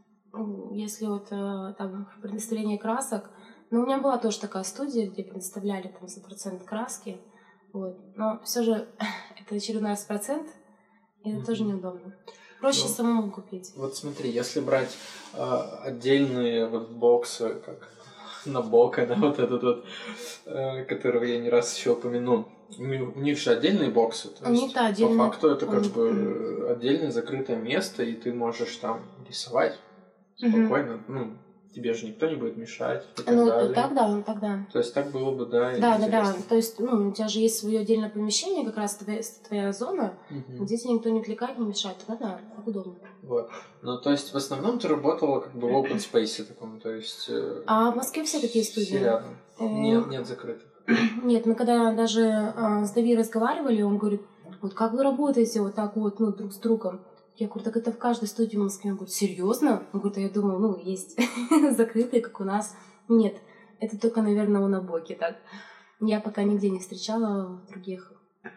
B: Если вот там предоставление красок, но у меня была тоже такая студия, где предоставляли там за процент краски, вот. Но все же это очередной раз процент, и это mm-hmm. тоже неудобно. Проще ну, самому купить.
A: Вот смотри, если брать э, отдельные вот боксы, как Набока, да, вот этот вот, э, которого я не раз еще упомянул, у них же отдельные боксы, то есть
B: да, отдельные...
A: по факту это как mm-hmm. бы отдельное закрытое место, и ты можешь там рисовать спокойно, mm-hmm. ну, тебе же никто не будет мешать. И так
B: ну,
A: далее.
B: тогда, тогда.
A: То есть так было бы, да,
B: Да, да, да. То есть, ну, у тебя же есть свое отдельное помещение, как раз твоя, твоя зона, угу. где тебе никто не отвлекает, не мешает. Тогда да, так удобно.
A: Вот. Ну, то есть, в основном ты работала как бы в open space таком, то есть... Э,
B: а в Москве все такие студии?
A: Все рядом. Э, нет, нет закрытых.
B: Нет, мы когда даже э, с Дави разговаривали, он говорит, вот как вы работаете вот так вот, ну, друг с другом? Я говорю, так это в каждой студии в Москве. Он говорит, серьезно? Он говорит, а я думала, ну, есть закрытые, как у нас. Нет, это только, наверное, у Набоки так. Я пока нигде не встречала в других.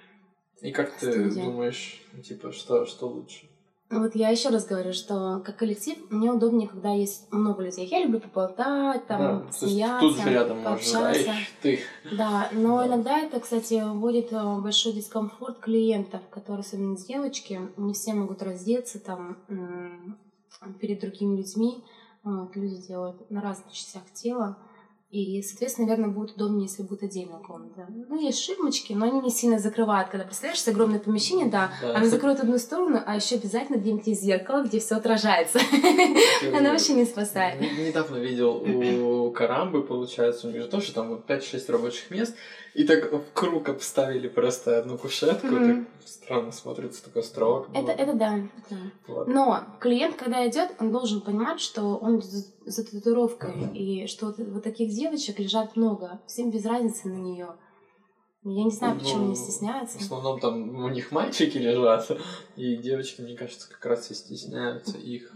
A: И как ты студиях. Думаешь, типа, что, что лучше?
B: Вот я еще раз говорю, что как коллектив мне удобнее, когда есть много людей. Я люблю поболтать, там, да, смеяться,
A: тут же рядом
B: пообщаться.
A: Можно, да, ты.
B: Да, но да. иногда это, кстати, вводит большой дискомфорт клиентов, которые, особенно девочки, не все могут раздеться там перед другими людьми. Вот, люди делают на разных частях тела. И, соответственно, наверное, будет удобнее, если будет отдельная комната. Ну, есть ширмочки, но они не сильно закрывают. Когда представляешь, огромное помещение, да, да. Она закроет одну сторону, а еще обязательно где-нибудь есть зеркало, где все отражается. Она вообще не спасает.
A: Недавно видел у Карамбы, получается, у них же тоже там пять-шесть рабочих мест, и так в круг обставили просто одну кушетку, так странно смотрится, такой островок.
B: Это, это да. Но клиент, когда идет, он должен понимать, что он за татуировкой, и что вот, вот таких девочек лежат много. Всем без разницы на нее. Я не знаю, почему ну, они стесняются.
A: В основном там у них мальчики лежат, и девочки, мне кажется, как раз и стесняются их.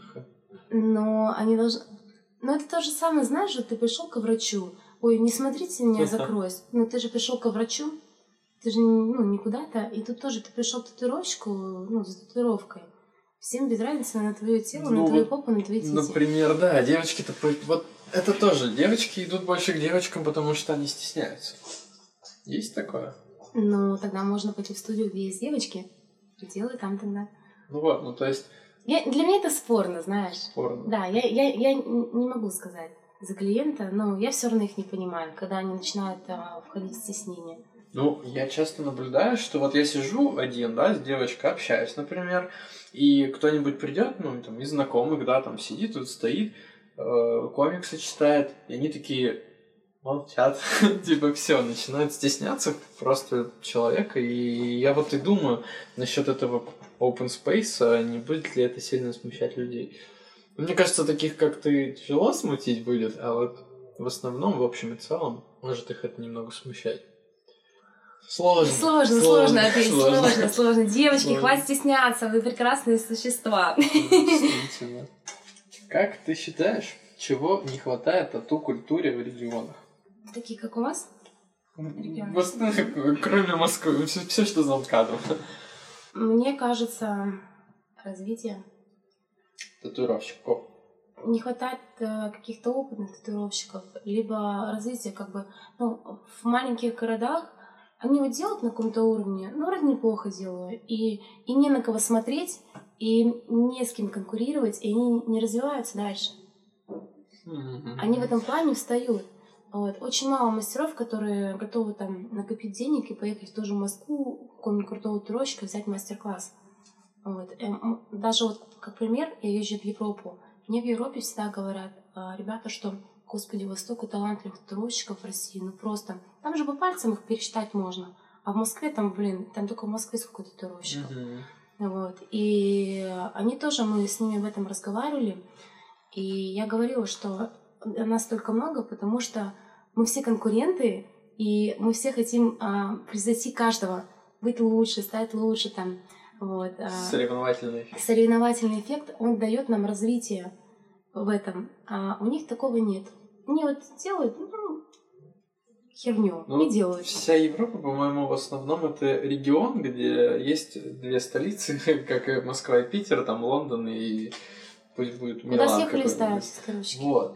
B: Но они должны... Но это то же самое, знаешь, вот ты пришел к врачу. Ой, не смотрите меня, закройся. Но ты же пришел к врачу, ты же ну, не куда-то. И тут тоже ты пришел к татуировщику, ну, за татуировкой. Всем без разницы на твое тело, ну, на твою попу, на твои тити.
A: Например, да, девочки-то... Вот это тоже. Девочки идут больше к девочкам, потому что они стесняются. Есть такое?
B: Ну, тогда можно пойти в студию, где есть девочки, и делай там тогда.
A: Ну вот, ну то есть...
B: Я, для меня это спорно, знаешь.
A: Спорно.
B: Да, я, я, я не могу сказать за клиента, но я все равно их не понимаю, когда они начинают а, входить в стеснение.
A: Ну, я часто наблюдаю, что вот я сижу один, да, с девочкой общаюсь, например, и кто-нибудь придет, ну, там, из знакомых, да, там сидит, тут стоит, э, комиксы читает, и они такие молчат, типа все, начинают стесняться просто человека, и я вот и думаю насчет этого open space, не будет ли это сильно смущать людей. Мне кажется, таких, как ты, тяжело смутить будет, а вот в основном, в общем и целом, может их это немного смущать. Сложно.
B: Сложно, сложно, сложно ответить, сложно, сложно, сложно. Девочки, сложно. Хватит стесняться, вы прекрасные существа.
A: Действительно. Как ты считаешь, чего не хватает тату-культуре в регионах?
B: Такие, как у вас?
A: Кроме Москвы, все, все, что за МКАДом.
B: Мне кажется, развитие.
A: Татуировщиков.
B: Не хватает э, каких-то опытных татуировщиков, либо развития, как бы, ну, в маленьких городах они вот делают на каком-то уровне, ну, вроде неплохо делают, и, и не на кого смотреть, и не с кем конкурировать, и они не развиваются дальше. Mm-hmm. Они в этом плане встают. Вот. Очень мало мастеров, которые готовы там накопить денег и поехать в ту же Москву, какого-нибудь крутого татуировщика, взять мастер-класс. Вот. Даже вот, как пример, я езжу в Европу. Мне в Европе всегда говорят ребята, что, господи, у вас столько талантливых татуировщиков в России, ну просто. Там же по пальцам их пересчитать можно. А в Москве там, блин, там только в Москве сколько татуировщиков. Mm-hmm. Вот. И они тоже, мы с ними об этом разговаривали. И я говорила, что нас столько много, потому что мы все конкуренты, и мы все хотим а, превзойти каждого, быть лучше, стать лучше там. Вот.
A: Соревновательный эффект.
B: Соревновательный эффект, он дает нам развитие в этом. А у них такого нет. Они вот делают, ну, херню, ну, не делают.
A: Вся Европа, по-моему, в основном это регион, где есть две столицы, как и Москва и Питер, там Лондон и пусть будет Милан.
B: Куда съехали, ставят, короче.
A: Вот.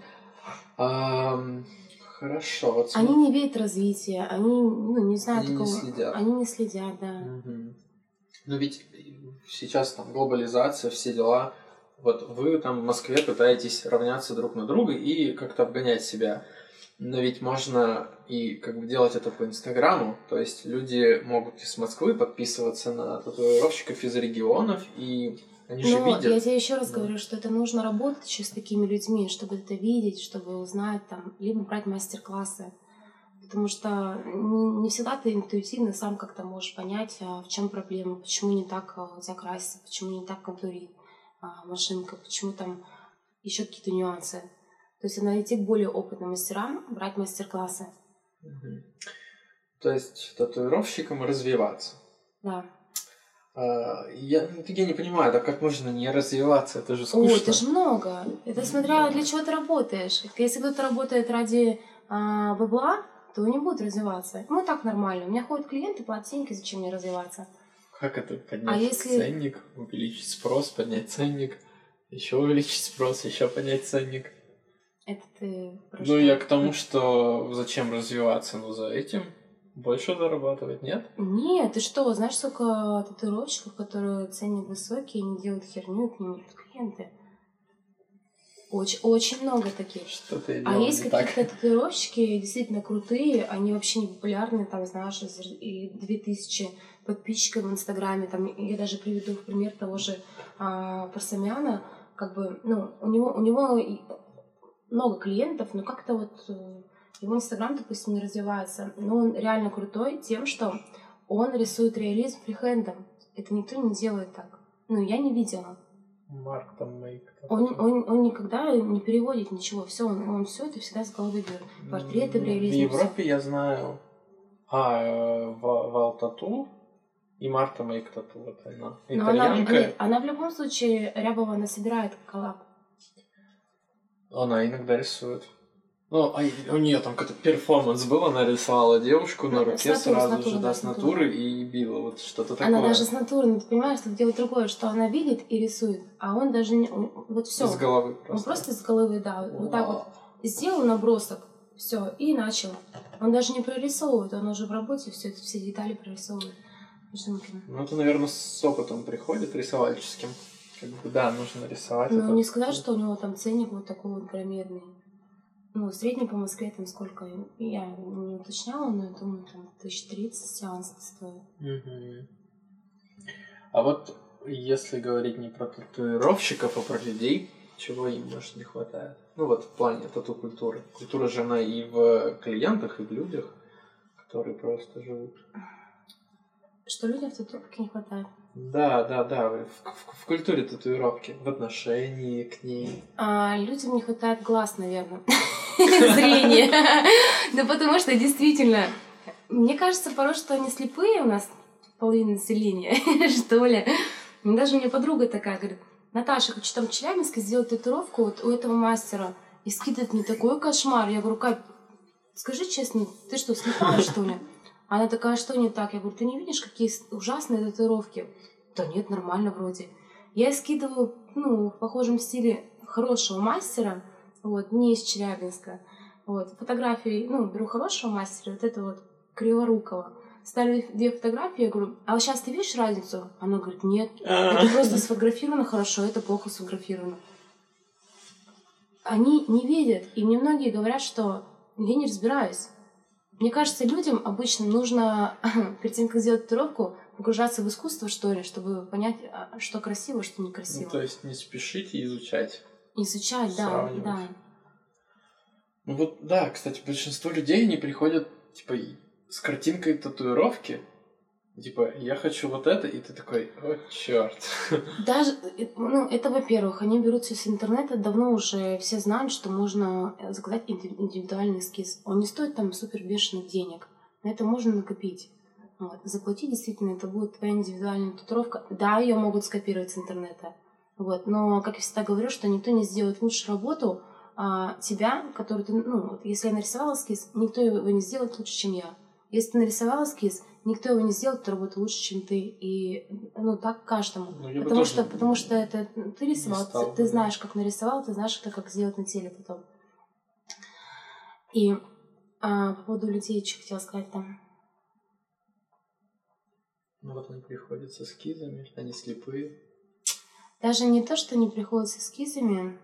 A: А, хорошо. Вот
B: они не видят развития, они, ну, не знают
A: они
B: такого.
A: Не следят.
B: Они не следят, да.
A: Угу. Но ведь сейчас там глобализация, все дела. Вот вы там в Москве пытаетесь равняться друг на друга и как-то обгонять себя. Но ведь можно и как бы делать это по Инстаграму. То есть люди могут из Москвы подписываться на татуировщиков из регионов, и они же
B: Но
A: видят.
B: Я тебе еще раз
A: да.
B: говорю, что это нужно работать еще с такими людьми, чтобы это видеть, чтобы узнать там, либо брать мастер-классы. Потому что не всегда ты интуитивно сам как-то можешь понять, в чем проблема, почему не так у тебя красится, почему не так контурит машинка, почему там еще какие-то нюансы. То есть найти к более опытным мастерам, брать мастер-классы.
A: Угу. То есть татуировщикам развиваться.
B: Да.
A: А, я, я не понимаю, да как можно не развиваться, это же скучно.
B: О, это же много. Это смотря для чего ты работаешь. Если кто-то работает ради а, бабла, то не будет развиваться. Ну, так нормально. У меня ходят клиенты, платят деньги, зачем мне развиваться?
A: Как это поднять
B: а если...
A: ценник, увеличить спрос, поднять ценник, еще увеличить спрос, еще поднять ценник?
B: Это ты про
A: Ну,
B: что?
A: я к тому, что зачем развиваться, ну, за этим больше зарабатывать, нет?
B: Нет, ты что, знаешь, сколько татуировщиков, которые ценят высокие, не делают херню, к ним идут клиенты. Очень, очень много таких.
A: Что-то я
B: а есть какие-то
A: так.
B: татуировщики действительно крутые, они вообще не популярны, там, знаешь, и две тысячи подписчиков в Инстаграме, там, я даже приведу в пример того же а, Парсамяна, как бы, ну, у него, у него много клиентов, но как-то вот его Инстаграм, допустим, не развивается, но он реально крутой тем, что он рисует реализм фрихендом, это никто не делает так, ну, я не видела.
A: Марк там мейк.
B: Он, он, он никогда не переводит ничего, все, он, он все это всегда с головы берет. Портреты в реализме.
A: В Европе все. Я знаю, а в, в Алтату и Марта Мейк Тату, вот она. Итальянка.
B: Она, нет, она в любом случае, Рябова, она собирает коллаб.
A: Она иногда рисует. Ну, а у нее там какой-то перформанс был, она рисовала девушку на руке натуры, сразу натуры, же, да, с натуры и била, вот что-то такое.
B: Она даже с натуры, ну, ты понимаешь, что делает другое, что она видит и рисует, а он даже не, он, вот все.
A: Из головы просто.
B: Он просто из головы, да, вот так вот сделал набросок, Все, и начал. Он даже не прорисовывает, он уже в работе все, все детали прорисовывает.
A: Ну, это, наверное, с опытом приходит рисовальческим. Как бы, да, нужно рисовать.
B: Ну,
A: это...
B: не сказать, что у него там ценник вот такой вот громадный. Ну, средний по Москве там сколько, я не уточняла, но я думаю, там тысяч тридцать сеанс стоит.
A: Угу. А вот если говорить не про татуировщиков, а про людей, чего им, может, не хватает? Ну, вот в плане тату-культуры. Культура же она и в клиентах, и в людях, которые просто живут.
B: Что людям в татуировке не хватает?
A: Да, да, да, в, в, в культуре татуировки, в отношении к ней.
B: А, людям не хватает глаз, наверное. Зрения. Да потому что действительно, мне кажется порой, что они слепые у нас, половина населения, что ли. Даже у меня подруга такая говорит: Наташа, хочу там в Челябинске сделать татуировку вот у этого мастера. И скидывает мне такой кошмар. Я говорю: Кать, скажи честно, ты что, слепая, что ли? Она такая: что не так? Я говорю: ты не видишь, какие ужасные татуировки? Да нет, нормально вроде. Я скидываю, ну, в похожем стиле хорошего мастера, вот, не из Челябинска. Вот, фотографии, ну, беру хорошего мастера, вот это вот Криворукова. Ставлю две фотографии, я говорю: а вот сейчас ты видишь разницу? Она говорит: нет, это просто сфотографировано хорошо, это плохо сфотографировано. Они не видят, и мне многие говорят, что я не разбираюсь. Мне кажется, людям обычно нужно перед тем, как сделать татуировку, погружаться в искусство, что ли, чтобы понять, что красиво, что некрасиво.
A: Ну, то есть не спешите изучать.
B: Изучать, да, да.
A: Ну вот, да, кстати, большинство людей не приходят, типа, с картинкой татуировки. Типа, я хочу вот это, и ты такой: о, черт.
B: Даже, ну, это во-первых, они берут все с интернета, давно уже все знают, что можно заказать индивидуальный эскиз. Он не стоит там супер бешеных денег, на это можно накопить. Вот. Заплатить, действительно, это будет твоя индивидуальная татуировка. Да, ее могут скопировать с интернета. Вот. Но, как я всегда говорю, что никто не сделает лучше работу а, тебя, которую ты, ну, вот, если я нарисовала эскиз, никто его не сделает лучше, чем я. Если ты нарисовал эскиз, никто его не сделает эту работу лучше, чем ты. И, ну, так каждому. Ну, потому что, потому что это ты рисовал, стал, ты, ты знаешь, как нарисовал, ты знаешь, это как сделать на теле потом. И а, по поводу людей, что хотела сказать там.
A: Ну вот они приходят с эскизами, они слепые.
B: Даже не то, что они приходят с эскизами.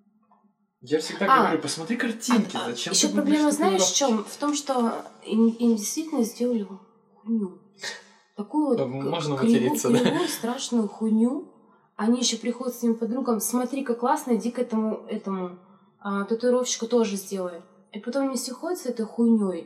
A: Я всегда а, говорю: посмотри картинки, а, зачем
B: еще
A: ты
B: проблема, знаешь, в чем? В том, что им, им действительно сделали хуйню. Такую вот
A: можно
B: кривую,
A: материться,
B: кривую,
A: да?
B: страшную хуйню. Они еще приходят с своим подругам: смотри, как классно, иди к этому, этому а, татуировщику тоже сделай. И потом они все ходят с этой хуйней,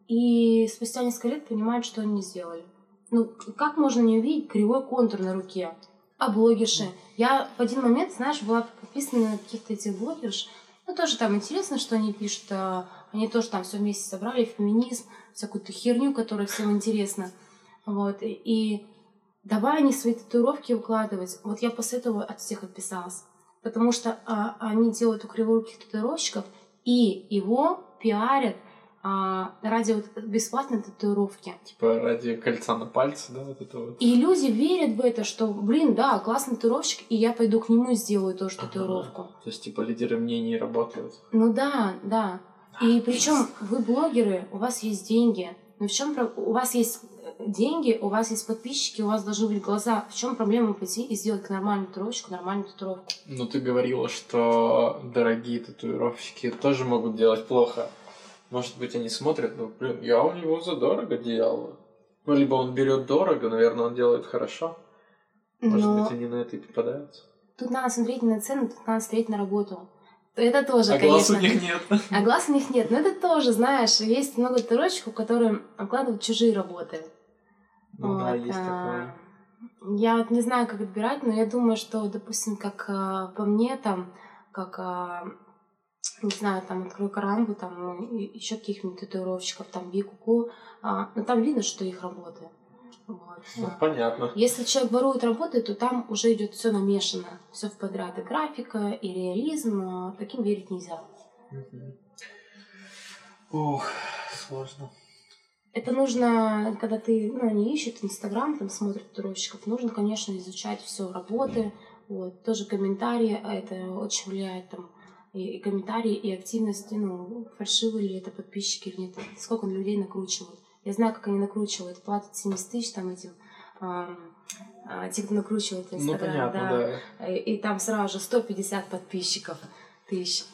B: и спустя несколько лет понимают, что они сделали. Ну, как можно не увидеть кривой контур на руке? А блогерши? Я в один момент, знаешь, была подписана на каких-то этих блогерш. Ну, тоже там интересно, что они пишут. Они тоже там все вместе собрали, феминизм, всякую-то херню, которая всем интересна. Вот. И давай они свои татуировки укладывать. Вот я после этого от всех отписалась. Потому что а, они делают у криворуких татуировщиков и его пиарят а, ради вот бесплатной татуировки.
A: Типа ради кольца на пальце, да, вот это вот.
B: И люди верят в это, что, блин, да, классный татуировщик, и я пойду к нему и сделаю тоже татуировку.
A: Ага. То есть, типа, лидеры мнений работают.
B: Ну да, да. И причем вы блогеры, у вас есть деньги. Но в чем у вас есть деньги, у вас есть подписчики, у вас должны быть глаза. В чем проблема пойти и сделать нормальную татуировщику, нормальную татуировку?
A: Ну, ты говорила, что дорогие татуировщики тоже могут делать плохо. Может быть, они смотрят: ну, блин, я у него задорого делал. Ну, либо он берет дорого, наверное, он делает хорошо. Может Но... быть, они на это и попадаются.
B: Тут надо смотреть не на цену, тут надо смотреть на работу. Это тоже,
A: а
B: конечно.
A: глаз у них нет.
B: А глаз у них нет. Но это тоже, знаешь, есть много татуировщиков, которые обкладывают чужие работы.
A: Ну
B: вот.
A: да, есть
B: а,
A: такое.
B: Я вот не знаю, как отбирать, но я думаю, что, допустим, как а, по мне, там, как... А, не знаю, там, открою Карамбу, там, еще каких-нибудь татуировщиков, там, Викуку, а, но там видно, что их работы. Вот.
A: Ну, понятно.
B: Если человек ворует работы, то там уже идет все намешано, все в подряд, и графика, и реализм, а таким верить нельзя.
A: Ох, сложно.
B: Это нужно, когда ты, ну, они ищут Инстаграм, там, смотрят татуировщиков, нужно, конечно, изучать все работы, вот, тоже комментарии, а это очень влияет, там, и, и комментарии, и активность, ну, фальшивые ли это подписчики или нет, сколько людей накручивают. Я знаю, как они накручивают, платят семьдесят тысяч там этим, а, а, те, кто накручивает Инстаграм,
A: ну, понятно,
B: да.
A: да.
B: И, и там сразу же сто пятьдесят подписчиков тысяч.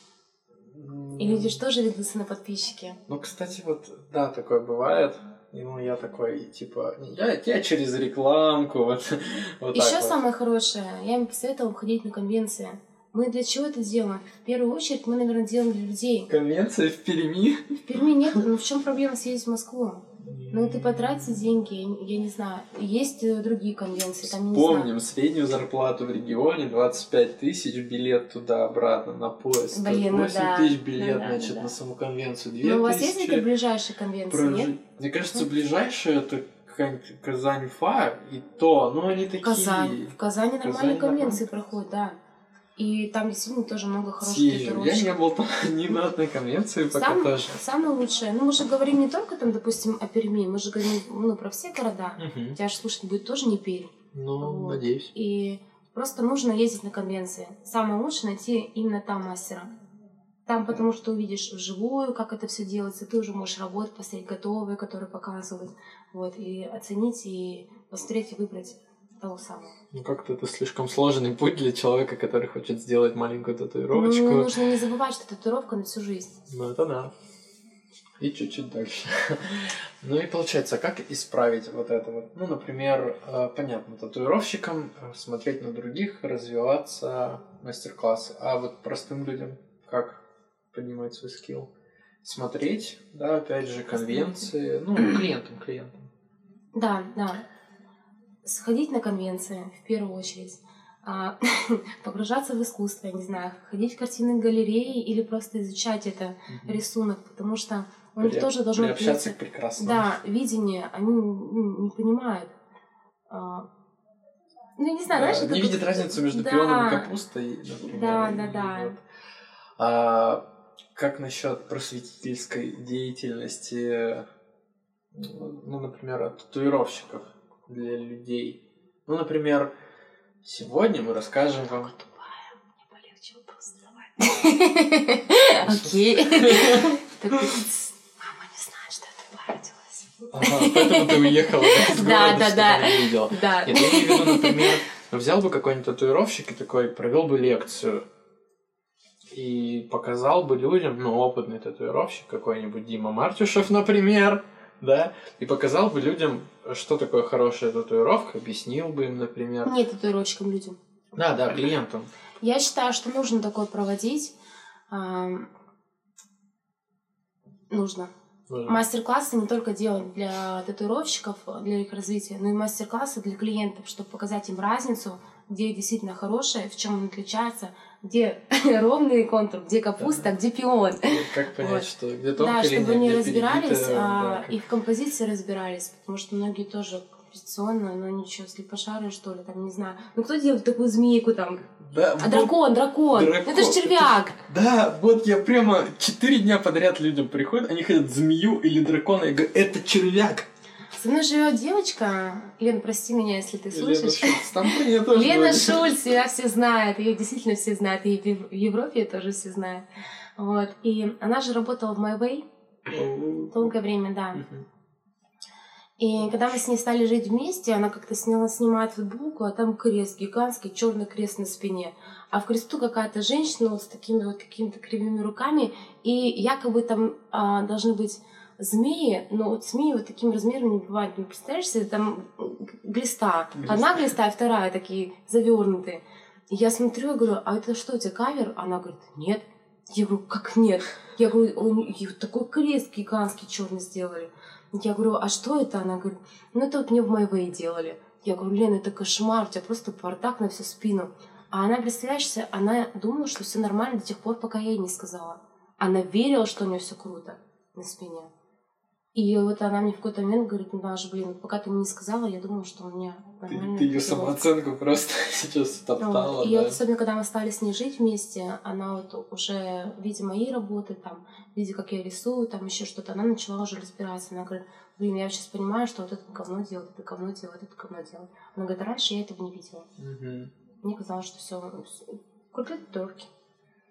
B: И люди же тоже ведутся на подписчики.
A: Ну, кстати, вот, да, такое бывает. И, ну, я такой, типа, я, я через рекламку, вот, вот
B: Еще
A: так
B: самое
A: вот.
B: хорошее, я им посоветовала ходить на конвенции. Мы для чего это делаем? В первую очередь мы, наверное, делаем для людей.
A: Конвенция в Перми?
B: В Перми нет, ну в чем проблема съездить в Москву? Ну, ты потратить деньги, я не знаю. Есть другие конвенции, там, не
A: Помним,
B: знаю.
A: среднюю зарплату в регионе двадцать пять тысяч билет туда-обратно на поезд.
B: Блин, ну
A: восемь
B: да.
A: тысяч билет,
B: Ну да,
A: значит,
B: ну да.
A: на саму конвенцию. две
B: Ну, у вас
A: тысячи
B: есть какие-то ближайшие конвенции,
A: прожи-
B: нет?
A: Мне кажется, ближайшее это какая-нибудь Казань-Фа, и то, ну они такие...
B: Казань. В Казани нормальные
A: Казань
B: конвенции
A: нормально.
B: проходят, да. И там действительно тоже много хороших
A: Съезжу. Я
B: татуировщиков.
A: не был там ни на одной конвенции, пока
B: Сам,
A: тоже.
B: самое лучшее. Ну, мы же говорим не только там, допустим, о Перми, мы же говорим ну, про все города.
A: Угу.
B: Тебя же слушать будет тоже не Пермь.
A: Ну,
B: Вот.
A: надеюсь.
B: И просто нужно ездить на конвенции. Самое лучшее найти именно там мастера. Там потому что увидишь вживую, как это все делается, ты уже можешь работать, посмотреть готовые, которые показывают, вот, и оценить, и посмотреть, и выбрать того самого.
A: Ну, как-то это слишком сложный путь для человека, который хочет сделать маленькую татуировочку.
B: Ну, нужно не забывать, что татуировка на всю жизнь.
A: Ну, это да. И чуть-чуть дальше. Ну и получается, как исправить вот это вот? Ну, например, понятно, татуировщикам смотреть на других, развиваться, мастер-классы. А вот простым людям как поднимать свой скилл? Смотреть, да, опять же, конвенции. Ну, клиентам, клиентам.
B: Да, да. Сходить на конвенции, в первую очередь. А, погружаться в искусство, я не знаю, ходить в картинные галереи или просто изучать это, угу. рисунок, потому что у них
A: При...
B: тоже должно быть...
A: Приобщаться к прекрасному.
B: Да, видение, они ну, не понимают. А, ну, я не знаю,
A: да,
B: знаешь...
A: Не
B: это
A: видят
B: как...
A: разницу между
B: да.
A: пионом и капустой, например.
B: Да, да, да.
A: Вот. А как насчет просветительской деятельности, ну, например, от татуировщиков для людей? Ну, например, сегодня мы расскажем вам...
B: Я тупая, мне полегче вопрос задавать. Окей. Мама не знает, что я тупая родилась.
A: Ага, поэтому ты уехала из города,
B: да,
A: чтобы
B: да.
A: она не видела.
B: Да.
A: Нет, я имею в виду, например, взял бы какой-нибудь татуировщик и такой провел бы лекцию и показал бы людям, ну, опытный татуировщик какой-нибудь, Дима Мартюшев, например, да, и показал бы людям, что такое хорошая татуировка, объяснил бы им, например.
B: Не татуировщикам, людям.
A: Да, да, клиентам.
B: Я считаю, что нужно такое проводить. Нужно. Нужно. Мастер-классы не только делать для татуировщиков, для их развития, но и мастер-классы для клиентов, чтобы показать им разницу, где действительно хорошее, в чем он отличается, где ровный контур, где капуста, да. где пион.
A: Как понять, вот. что где
B: Да,
A: тонкая линия,
B: чтобы они
A: где
B: разбирались,
A: перебитая,
B: а,
A: да, как...
B: и в композиции разбирались, потому что многие тоже композиционно, но ничего, слепошары, что ли, там, не знаю. Ну, кто делает такую змейку там?
A: Да,
B: а вот дракон, дракон, дракон, это же червяк.
A: Это... Да, вот я прямо четыре дня подряд людям приходят, они хотят змею или дракона, я говорю, это червяк.
B: Со мной живет девочка, Лена, прости меня, если ты слышишь.
A: Лена Шульц, там я тоже
B: Лена Шульц, ее все знают, ее действительно все знают, и в Европе тоже все знают. Вот, и она же работала в My Way долгое время, да. И когда мы с ней стали жить вместе, она как-то сняла, снимает футболку, а там крест, гигантский черный крест на спине. А в кресту какая-то женщина вот с такими вот какими-то кривыми руками, и якобы там а, должны быть змеи, но вот змеи вот таким размером не бывает. Ну, представляешь себе, там глиста. глиста. Одна глиста, а вторая такие завернутые. И я смотрю, я говорю, а это что, у тебя кавер? Она говорит, нет. Я говорю, как нет? Я говорю, вот такой крест гигантский черный сделали. Я говорю, а что это? Она говорит, ну это вот мне в My Way делали. Я говорю, Лена, это кошмар, у тебя просто бардак на всю спину. А она, представляешь, она думала, что все нормально до тех пор, пока я ей не сказала. Она верила, что у нее все круто на спине. И вот она мне в какой-то момент говорит, ну даже, блин, пока ты мне не сказала, я думала, что у меня нормально.
A: Ты, ты ее самооценку просто сейчас топтала,
B: вот. И
A: да?
B: вот особенно, когда мы стали с ней жить вместе, она вот уже, видя мои работы, там, видя, как я рисую, там еще что-то, она начала уже разбираться. Она говорит, блин, я сейчас понимаю, что вот это говно делает, это говно делает, это говно делает. Она говорит, раньше я этого не видела.
A: Угу.
B: Мне казалось, что все крутые татуировки.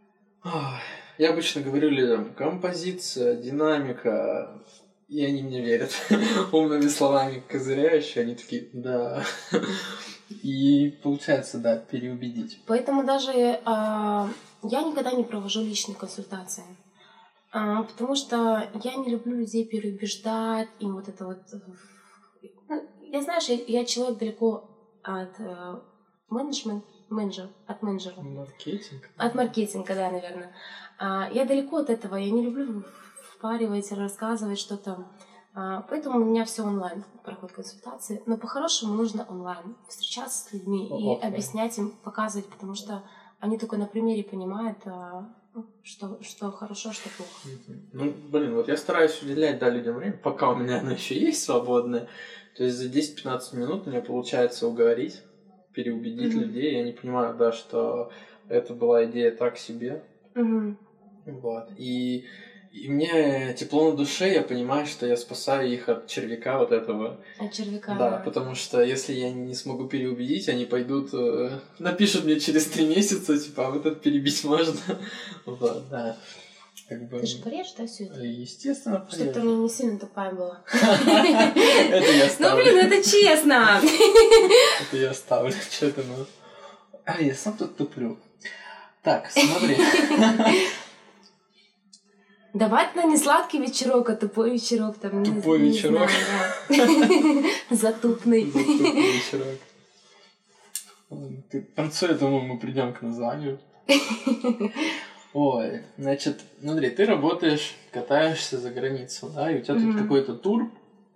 A: Я обычно говорю людям: композиция, динамика, и они мне верят. Умными словами козыряющие, они такие: да. И получается, да, переубедить.
B: Поэтому даже э, я никогда не провожу личные консультации. Э, потому что я не люблю людей переубеждать, им вот это вот... Ну, я, знаешь, я, я человек далеко от э, менеджмента, менеджер, от менеджера.
A: Маркетинг?
B: От маркетинга, да, наверное. А, я далеко от этого, я не люблю впаривать, рассказывать что-то. А, поэтому у меня все онлайн проходит консультации. Но по-хорошему нужно онлайн встречаться с людьми и
A: Оффлайн.
B: объяснять им, показывать, потому что они только на примере понимают, а, что, что хорошо, что плохо.
A: Ну, блин, вот я стараюсь уделять, да, людям время, пока у меня оно еще есть свободное. То есть за десять-пятнадцать минут у меня получается уговорить, переубедить mm-hmm. людей. Я не понимаю, да, что это была идея так себе.
B: Mm-hmm.
A: Вот. И, и мне тепло на душе, я понимаю, что я спасаю их от червяка вот этого.
B: От червяка,
A: да.
B: Да,
A: потому что если я не смогу переубедить, они пойдут, э, напишут мне через три месяца, типа, а вот это перебить можно. Вот, да. Как бы...
B: Ты же порежешь, да, все это?
A: Естественно, порежу.
B: Чтобы ты мне не сильно тупая была.
A: Это я ставлю.
B: Ну, блин, это честно.
A: Это я ставлю. Что это, ну... А, я сам тут туплю. Так, смотри.
B: Давай на не сладкий вечерок, а тупой вечерок. Там,
A: тупой
B: не,
A: вечерок?
B: Не знаю, да. Затупный.
A: Затупный вечерок. Ты танцуй, я думаю, мы придем к названию. Ой, значит, смотри, ты работаешь, катаешься за границу, да, и у тебя mm-hmm. тут какой-то тур.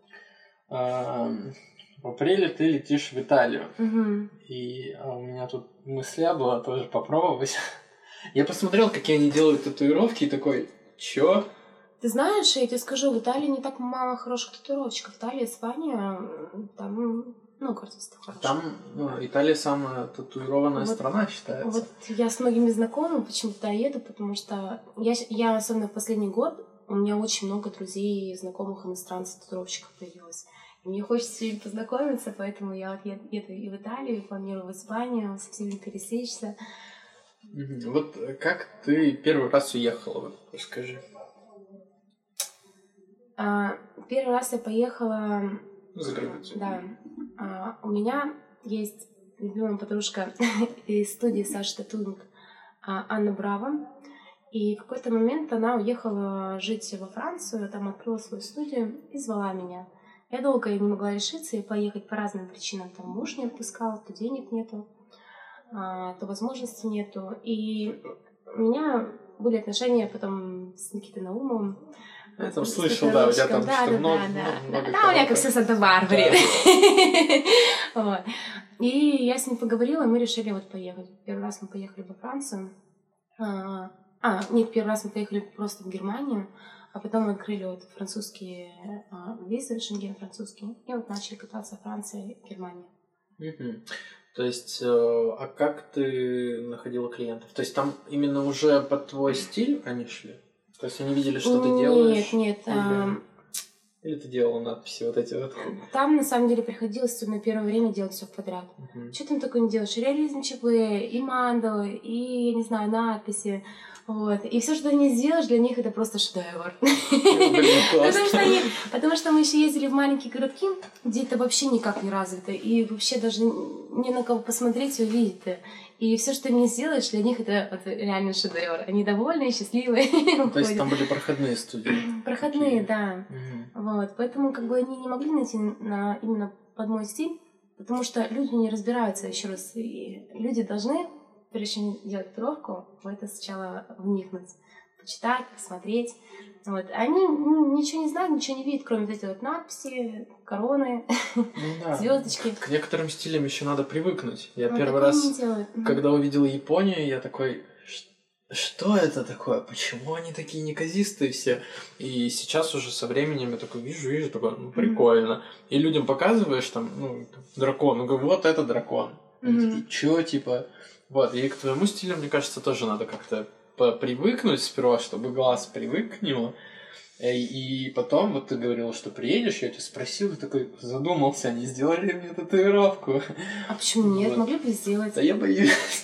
A: В апреле ты летишь в Италию.
B: Mm-hmm.
A: И а у меня тут мысля была тоже попробовать. Я посмотрел, какие они делают татуировки, и такой: чё?
B: Ты знаешь, я тебе скажу, в Италии не так мало хороших татуировщиков. Италия, Испания, там много артистов хороших.
A: Там ну, Италия самая татуированная вот, страна считается.
B: Вот я с многими знакомыми почему-то туда еду, потому что я, я, особенно в последний год, у меня очень много друзей и знакомых иностранцев-татуировщиков появилось. И мне хочется с ними познакомиться, поэтому я вот еду, еду и в Италию, и планирую в Испанию, со всеми пересечься.
A: Вот как ты первый раз уехала, вот расскажи.
B: А, первый раз я поехала...
A: За границу.
B: Да. А, у меня есть любимая подружка из студии Саша Татуинг, Анна Браво. И в какой-то момент она уехала жить во Францию, там открыла свою студию и звала меня. Я долго не могла решиться и поехать по разным причинам. Там муж не отпускал, то денег нету, то возможности нету. И у меня были отношения потом с Никитой Наумовым.
A: Я там слышал, да, у тебя там
B: да,
A: что-то
B: да,
A: много,
B: да,
A: много,
B: да.
A: много.
B: Да, у меня как все Санта-Барбаре. Вот. И я с ним поговорила, и мы решили вот поехать. Первый раз мы поехали во Францию. А, нет, первый раз мы поехали просто в Германию, а потом мы открыли вот французские визы, Шенген французский, и вот начали кататься Франция и Германия.
A: То есть, а как ты находила клиентов? То есть там именно уже под твой стиль они шли? То есть они видели, что ты делаешь?
B: Нет, нет.
A: Или, а... или ты делала надписи вот эти вот?
B: Там, на самом деле, приходилось на первое время делать все подряд. Uh-huh. Что там такое не делаешь? Реализм ЧП, и мандалы, и, я не знаю, надписи. Вот. И все, что ты не сделаешь, для них это просто шедевр. Потому что они, потому что мы еще ездили в маленькие городки, где это вообще никак не развито. И вообще даже не на кого посмотреть и увидеть. И все, что ты не сделаешь, для них это вот реально шедевр. Они довольные, счастливые.
A: То есть там были проходные студии?
B: Проходные, да. Вот. Поэтому как бы они не могли найти на, именно под мой стиль, потому что люди не разбираются, еще раз. И люди должны, прежде чем делать татуировку, в это сначала вникнуть, почитать, посмотреть. Вот. Они ничего не знают, ничего не видят, кроме вот этой вот надписи, короны,
A: ну, да.
B: звездочки.
A: К некоторым стилям еще надо привыкнуть. Я вот первый раз, когда увидел Японию, я такой: что это такое? Почему они такие неказистые все? И сейчас уже со временем я такой вижу, вижу, такой, ну прикольно. Mm-hmm. И людям показываешь там, ну, дракон, ну говорю, вот это дракон. Mm-hmm. Они такие: чё, типа? Вот, и к твоему стилю, мне кажется, тоже надо как-то привыкнуть сперва, чтобы глаз привык к нему. И потом, вот ты говорила, что приедешь, я тебя спросил, и такой задумался, они сделали мне татуировку.
B: А почему нет? Вот. Могли бы сделать.
A: Да я боюсь.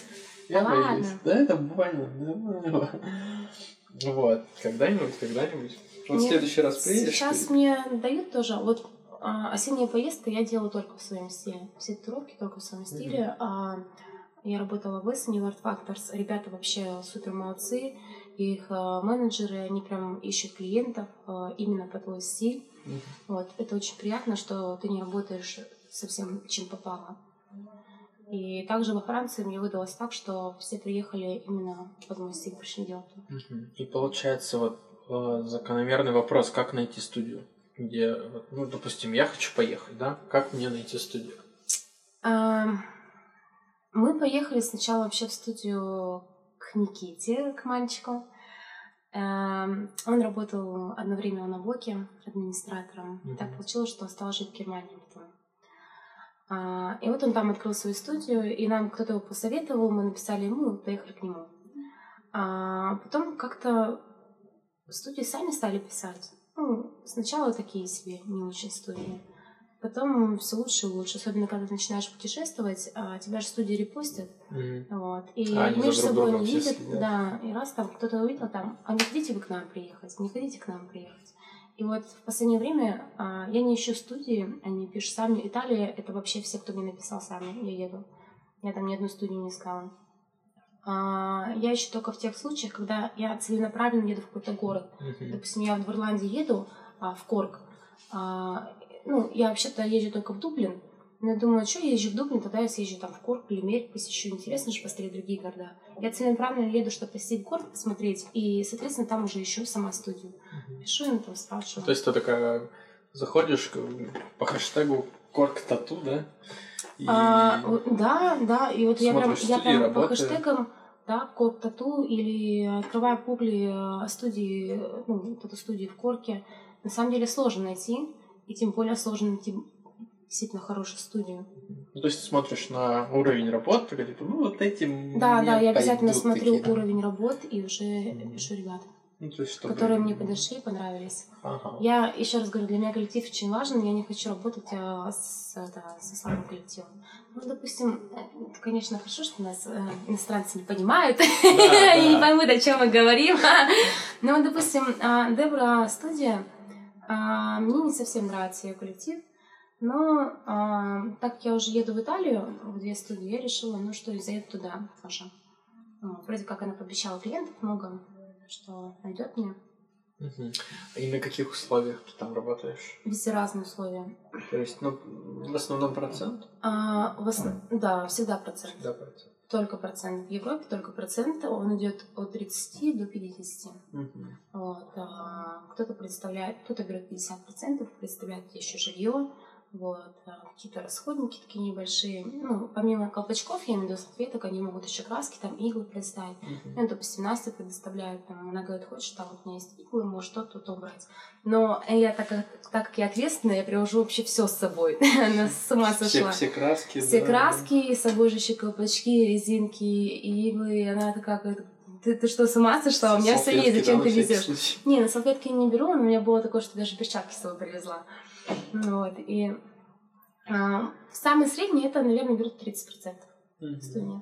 A: Я
B: да
A: боюсь.
B: ладно.
A: Да, это больно. Вот. Когда-нибудь, когда-нибудь. Вот в следующий раз приедешь.
B: Сейчас
A: ты...
B: мне дают тоже. Вот а, осенняя поездка я делаю только в своем стиле. Все татуировки только в своем стиле. Mm-hmm. А, я работала в Эссене, в Art Factors. Ребята вообще супер молодцы. Их а, менеджеры, они прям ищут клиентов а, именно по твой стиль. Mm-hmm. Вот. Это очень приятно, что ты не работаешь совсем чем попало. И также во Франции мне выдалось так, что все приехали именно под мой стиль, пришли делать.
A: Mm-hmm. И получается вот закономерный вопрос, как найти студию? Где, ну, допустим, я хочу поехать, да? Как мне найти студию?
B: Мы поехали сначала вообще в студию к Никите, к мальчику. Он работал одно время на Воке администратором. Mm-hmm. Так получилось, что он стал жить в Германии потом. И вот он там открыл свою студию, и нам кто-то его посоветовал, мы написали ему и поехали к нему. А потом как-то студии сами стали писать. Ну, сначала такие себе, не очень студии. Потом все лучше и лучше. Особенно, когда ты начинаешь путешествовать, а тебя же студии репостят. Mm-hmm. Вот. И
A: а
B: между собой не видят.
A: следят.
B: Да. И раз там кто-то увидел, там, а не хотите вы к нам приехать? Не хотите к нам приехать? И вот в последнее время а, я не ищу студии, они пишут сами. Италия — это вообще все, кто мне написал сами. Я еду. Я там ни одну студию не искала. А, я ищу только в тех случаях, когда я целенаправленно еду в какой-то город. Uh-huh. Допустим, я в Ирландии еду, а, в Корк. А, ну, я вообще-то езжу только в Дублин. Но я думаю, что я езжу в Дублин, тогда я съезжу там в Корк или Мерь, посещу. Интересно же посмотреть другие города. Я целенаправленно еду, чтобы посетить город, посмотреть, и, соответственно, там уже ищу сама студию. Uh-huh. Пишу им, там спрашиваю.
A: То есть ты такая заходишь по хэштегу Корк Тату, да?
B: И... А, да, да, и вот я прям, я прям по хэштегам, да, Корк Тату, или открываю публи студии, ну, тату-студии в Корке. На самом деле сложно найти, и тем более сложно найти действительно хорошую студию.
A: Ну, то есть ты смотришь на уровень работы, типа, ну, вот этим.
B: Да, да, я обязательно смотрю такие, уровень да? работ и уже mm-hmm. пишу ребят,
A: ну, то есть, чтобы...
B: которые мне подошли, понравились.
A: Ага.
B: Я еще раз говорю, для меня коллектив очень важен, я не хочу работать а, с, это, со слабым коллективом. Ну, допустим, это, конечно, хорошо, что нас э, иностранцы не понимают, да, и да. не поймут, о чем мы говорим. Но, допустим, Дебра студия, мне не совсем нравится ее коллектив. Но а, так как я уже еду в Италию, в две студии, я решила, ну что, заеду туда тоже. Ну, вроде как она пообещала клиентов много, что найдет мне.
A: Угу. И на каких условиях ты там работаешь?
B: Везде разные условия.
A: То есть, ну, в основном процент?
B: А, в основ... Да, всегда процент.
A: Всегда процент.
B: Только процент. В Европе только процент, он идет от тридцати до пятидесяти. Угу. Вот. А, кто-то представляет, кто-то берет пятьдесят процентов, представляет еще жилье. Вот, какие-то расходники такие небольшие. Ну, помимо колпачков, я имею в виду салфеток, они могут еще краски, там, иглы представить. Uh-huh. Ну, допустим, Настя предоставляет, там, она говорит, хочешь, там, вот у меня есть иглы, можешь то-то, то брать. Но я, так как, так как я ответственная, я привожу вообще все с собой. Она с ума сошла.
A: Все, все краски.
B: Все
A: да.
B: краски, с собой же еще колпачки, резинки, иглы. Она такая говорит, ты, ты что, с ума сошла? У меня все есть, зачем да, ты везешь? Не, на салфетки я не беру, но у меня было такое, что даже перчатки с собой привезла. Вот, и а, самый средний это, наверное, берут тридцать процентов mm-hmm. студии.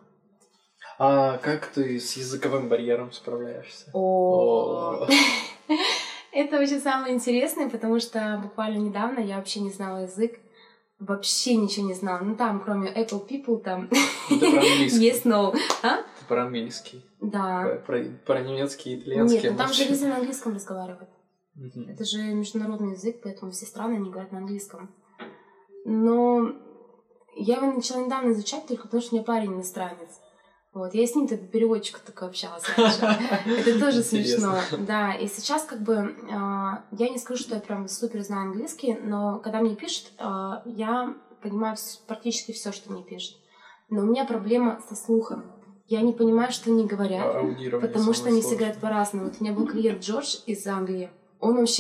A: А как ты с языковым барьером справляешься?
B: О, это вообще самое интересное, потому что буквально недавно я вообще не знала язык, вообще ничего не знала. Ну там, кроме Apple People, там есть no.
A: А? Про английский.
B: Да.
A: Про, про, про немецкий и итальянский.
B: Нет, ну там же везде на английском разговаривают. Uh-huh. Это же международный язык, поэтому все страны не говорят на английском. Но я его начала недавно изучать только потому, что у меня парень иностранец. Вот, я с ним тогда переводчиком только общалась раньше. Это тоже смешно. Да, и сейчас как бы я не скажу, что я прям супер знаю английский, но когда мне пишут, я понимаю практически все, что мне пишут. Но у меня проблема со слухом. Я не понимаю, что они говорят, потому что они все говорят по-разному. Вот у меня был клиент Джордж из Англии. Он вообще...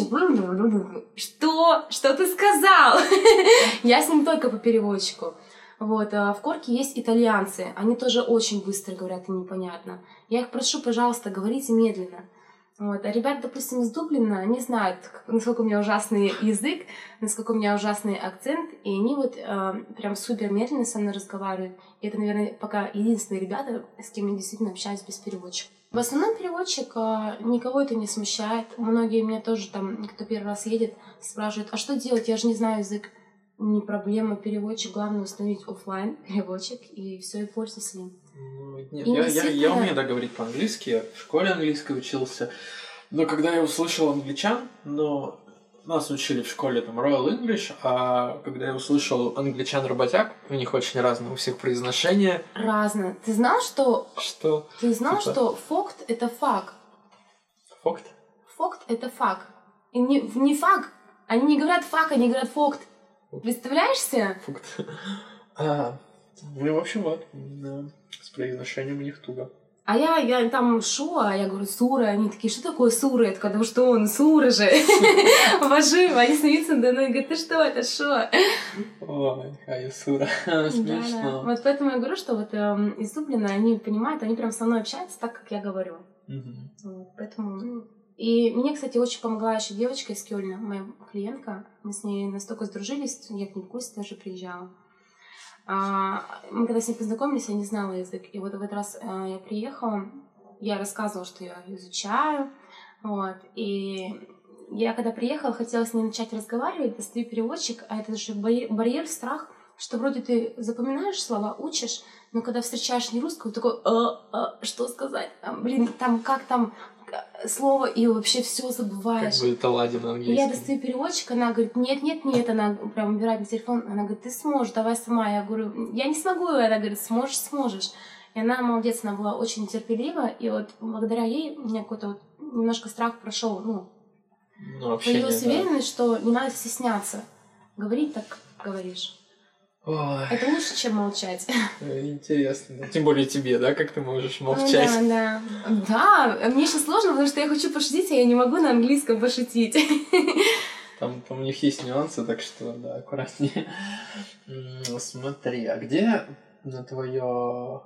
B: Что? Что ты сказал? Я с ним только по переводчику. Вот. А в Корке есть итальянцы. Они тоже очень быстро говорят и непонятно. Я их прошу, пожалуйста, говорите медленно. Вот. А ребята, допустим, из Дублина, они знают, насколько у меня ужасный язык, насколько у меня ужасный акцент, и они вот э, прям супер медленно со мной разговаривают. И это, наверное, пока единственные ребята, с кем я действительно общаюсь без переводчика. В основном переводчик, э, никого это не смущает. Многие меня тоже там, кто первый раз едет, спрашивают, а что делать, я же не знаю язык. Не проблема, переводчик, главное установить офлайн переводчик, и все, и пользуйся с ним.
A: Ну, нет, я, я, я умею, да, говорить по-английски, я в школе английской учился, но когда я услышал англичан, но нас учили в школе там Royal English, а когда я услышал англичан-работяг, у них очень разное у всех произношение.
B: Разное. Ты знал, что...
A: Что?
B: Ты знал,
A: Типа?
B: что факт — это факт?
A: Факт?
B: Факт — это факт. И не, не факт. Они не говорят факт, они говорят факт. Представляешь себе?
A: Факт. А, ну, в общем, вот. Да. С произношением у них туго.
B: А я, я там шо, а я говорю сура, они такие, что такое сура? Я такая, да что он, сура же. Вожу, они смеются надо мной, говорят, ты что, это шо?
A: Ой, Ая сура, смешно.
B: Вот поэтому я говорю, что вот из Дублина они понимают, они прям со мной общаются так, как я говорю. Поэтому... И мне, кстати, очень помогла еще девочка из Кёльна, моя клиентка. Мы с ней настолько сдружились, я к ней в гости даже приезжала. А, мы когда с ней познакомились, я не знала язык. И вот в этот раз а, я приехала, я рассказывала, что я изучаю. Вот, и я когда приехала, хотела с ней начать разговаривать, достаю переводчик, а это же барьер, страх, что вроде ты запоминаешь слова, учишь, но когда встречаешь не русского, такой, а, а, что сказать? А, блин, там как там слово, и вообще все забываешь.
A: Как бы это ладе на английском.
B: И я достаю переводчик, она говорит, нет, нет, нет, она прям убирает на телефон, она говорит, ты сможешь, давай сама. Я говорю, я не смогу, она говорит, сможешь, сможешь. И она, молодец, она была очень терпелива, и вот благодаря ей у меня какой-то вот немножко страх прошел, ну,
A: ну
B: появилась
A: да.
B: уверенность, что не надо стесняться. Говорить так говоришь.
A: Ой.
B: Это лучше, чем молчать.
A: Интересно. Тем более тебе, да, как ты можешь молчать?
B: Ну, да, да. Да, мне сейчас сложно, потому что я хочу пошутить, а я не могу на английском пошутить.
A: Там, там у них есть нюансы, так что, да, аккуратнее. Смотри, а где, на твое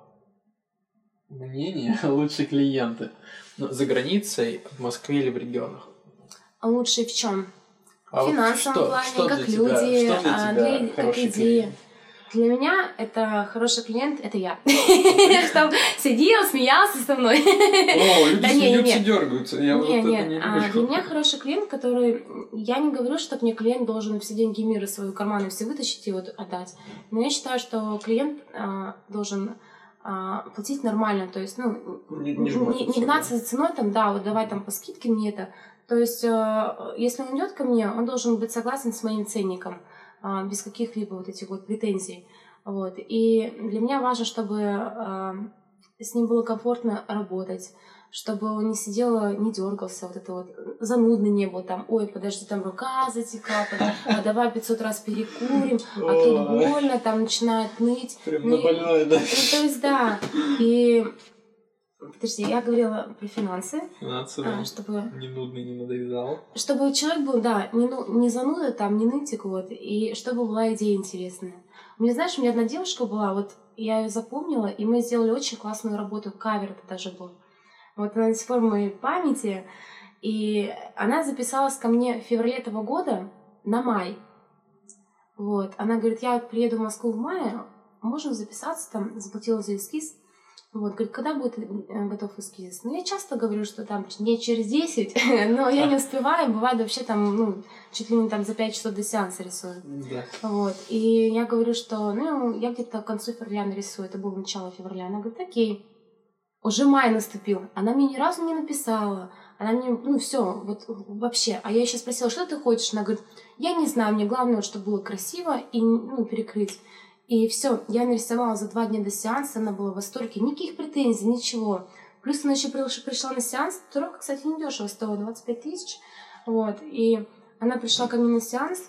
A: мнение, лучшие клиенты? Ну, за границей, в Москве или в регионах?
B: А лучшие в чем?
A: А
B: в финансовом
A: вот что,
B: плане,
A: что
B: как
A: для
B: люди,
A: тебя, что для
B: а,
A: тебя
B: для, как
A: хороший
B: идеи.
A: клиент?
B: Для меня это хороший клиент, это я. Чтобы сидел, смеялся со мной.
A: О, люди смеются, дергаются. Я вот это не люблю.
B: Для меня хороший клиент, который... Я не говорю, что мне клиент должен все деньги мира из своего кармана все вытащить и вот отдать. Но я считаю, что клиент должен платить нормально. То есть, ну, не гнаться за ценой, там, да, вот давай там по скидке мне это. То есть, если он идет ко мне, он должен быть согласен с моим ценником, без каких-либо вот этих вот претензий. Вот. И для меня важно, чтобы э, с ним было комфортно работать, чтобы он не сидел, не дергался, вот это вот занудный не был, там, ой, подожди, там рука затекла, а давай пятьсот раз перекурим, а тут больно, там начинает ныть.
A: Прям на больное, да?
B: Ну, то есть, да. И... Подожди, я говорила про финансы.
A: Финансы, да.
B: А, чтобы...
A: Не нудный, не надоедал.
B: Чтобы человек был, да, не, ну, не зануда, там, не нытик, вот, и чтобы была идея интересная. У меня, знаешь, у меня одна девушка была, вот, я ее запомнила, и мы сделали очень классную работу, кавер это даже был. Вот она до сих пор в моей памяти, и она записалась ко мне в феврале этого года на май. Вот, она говорит, я приеду в Москву в мае, можно записаться, там, заплатила за эскиз. Вот, говорит, когда будет готов эскиз? Ну, я часто говорю, что там дней через десять, но я не успеваю, бывает вообще там, ну, чуть ли не там за пять часов до сеанса рисую.
A: Да.
B: Вот, и я говорю, что, ну, я где-то к концу февраля нарисую, это было начало февраля. Она говорит, окей, уже май наступил, она мне ни разу не написала, она мне, ну, все, вот вообще. А я еще спросила, что ты хочешь? Она говорит, я не знаю, мне главное, чтобы было красиво и, ну, перекрыть. И все, я нарисовала за два дня до сеанса, она была в восторге, никаких претензий, ничего. Плюс она еще пришла на сеанс, татуировка, кстати, не дешево, стоила двадцать пять тысяч. Вот, и она пришла ко мне на сеанс,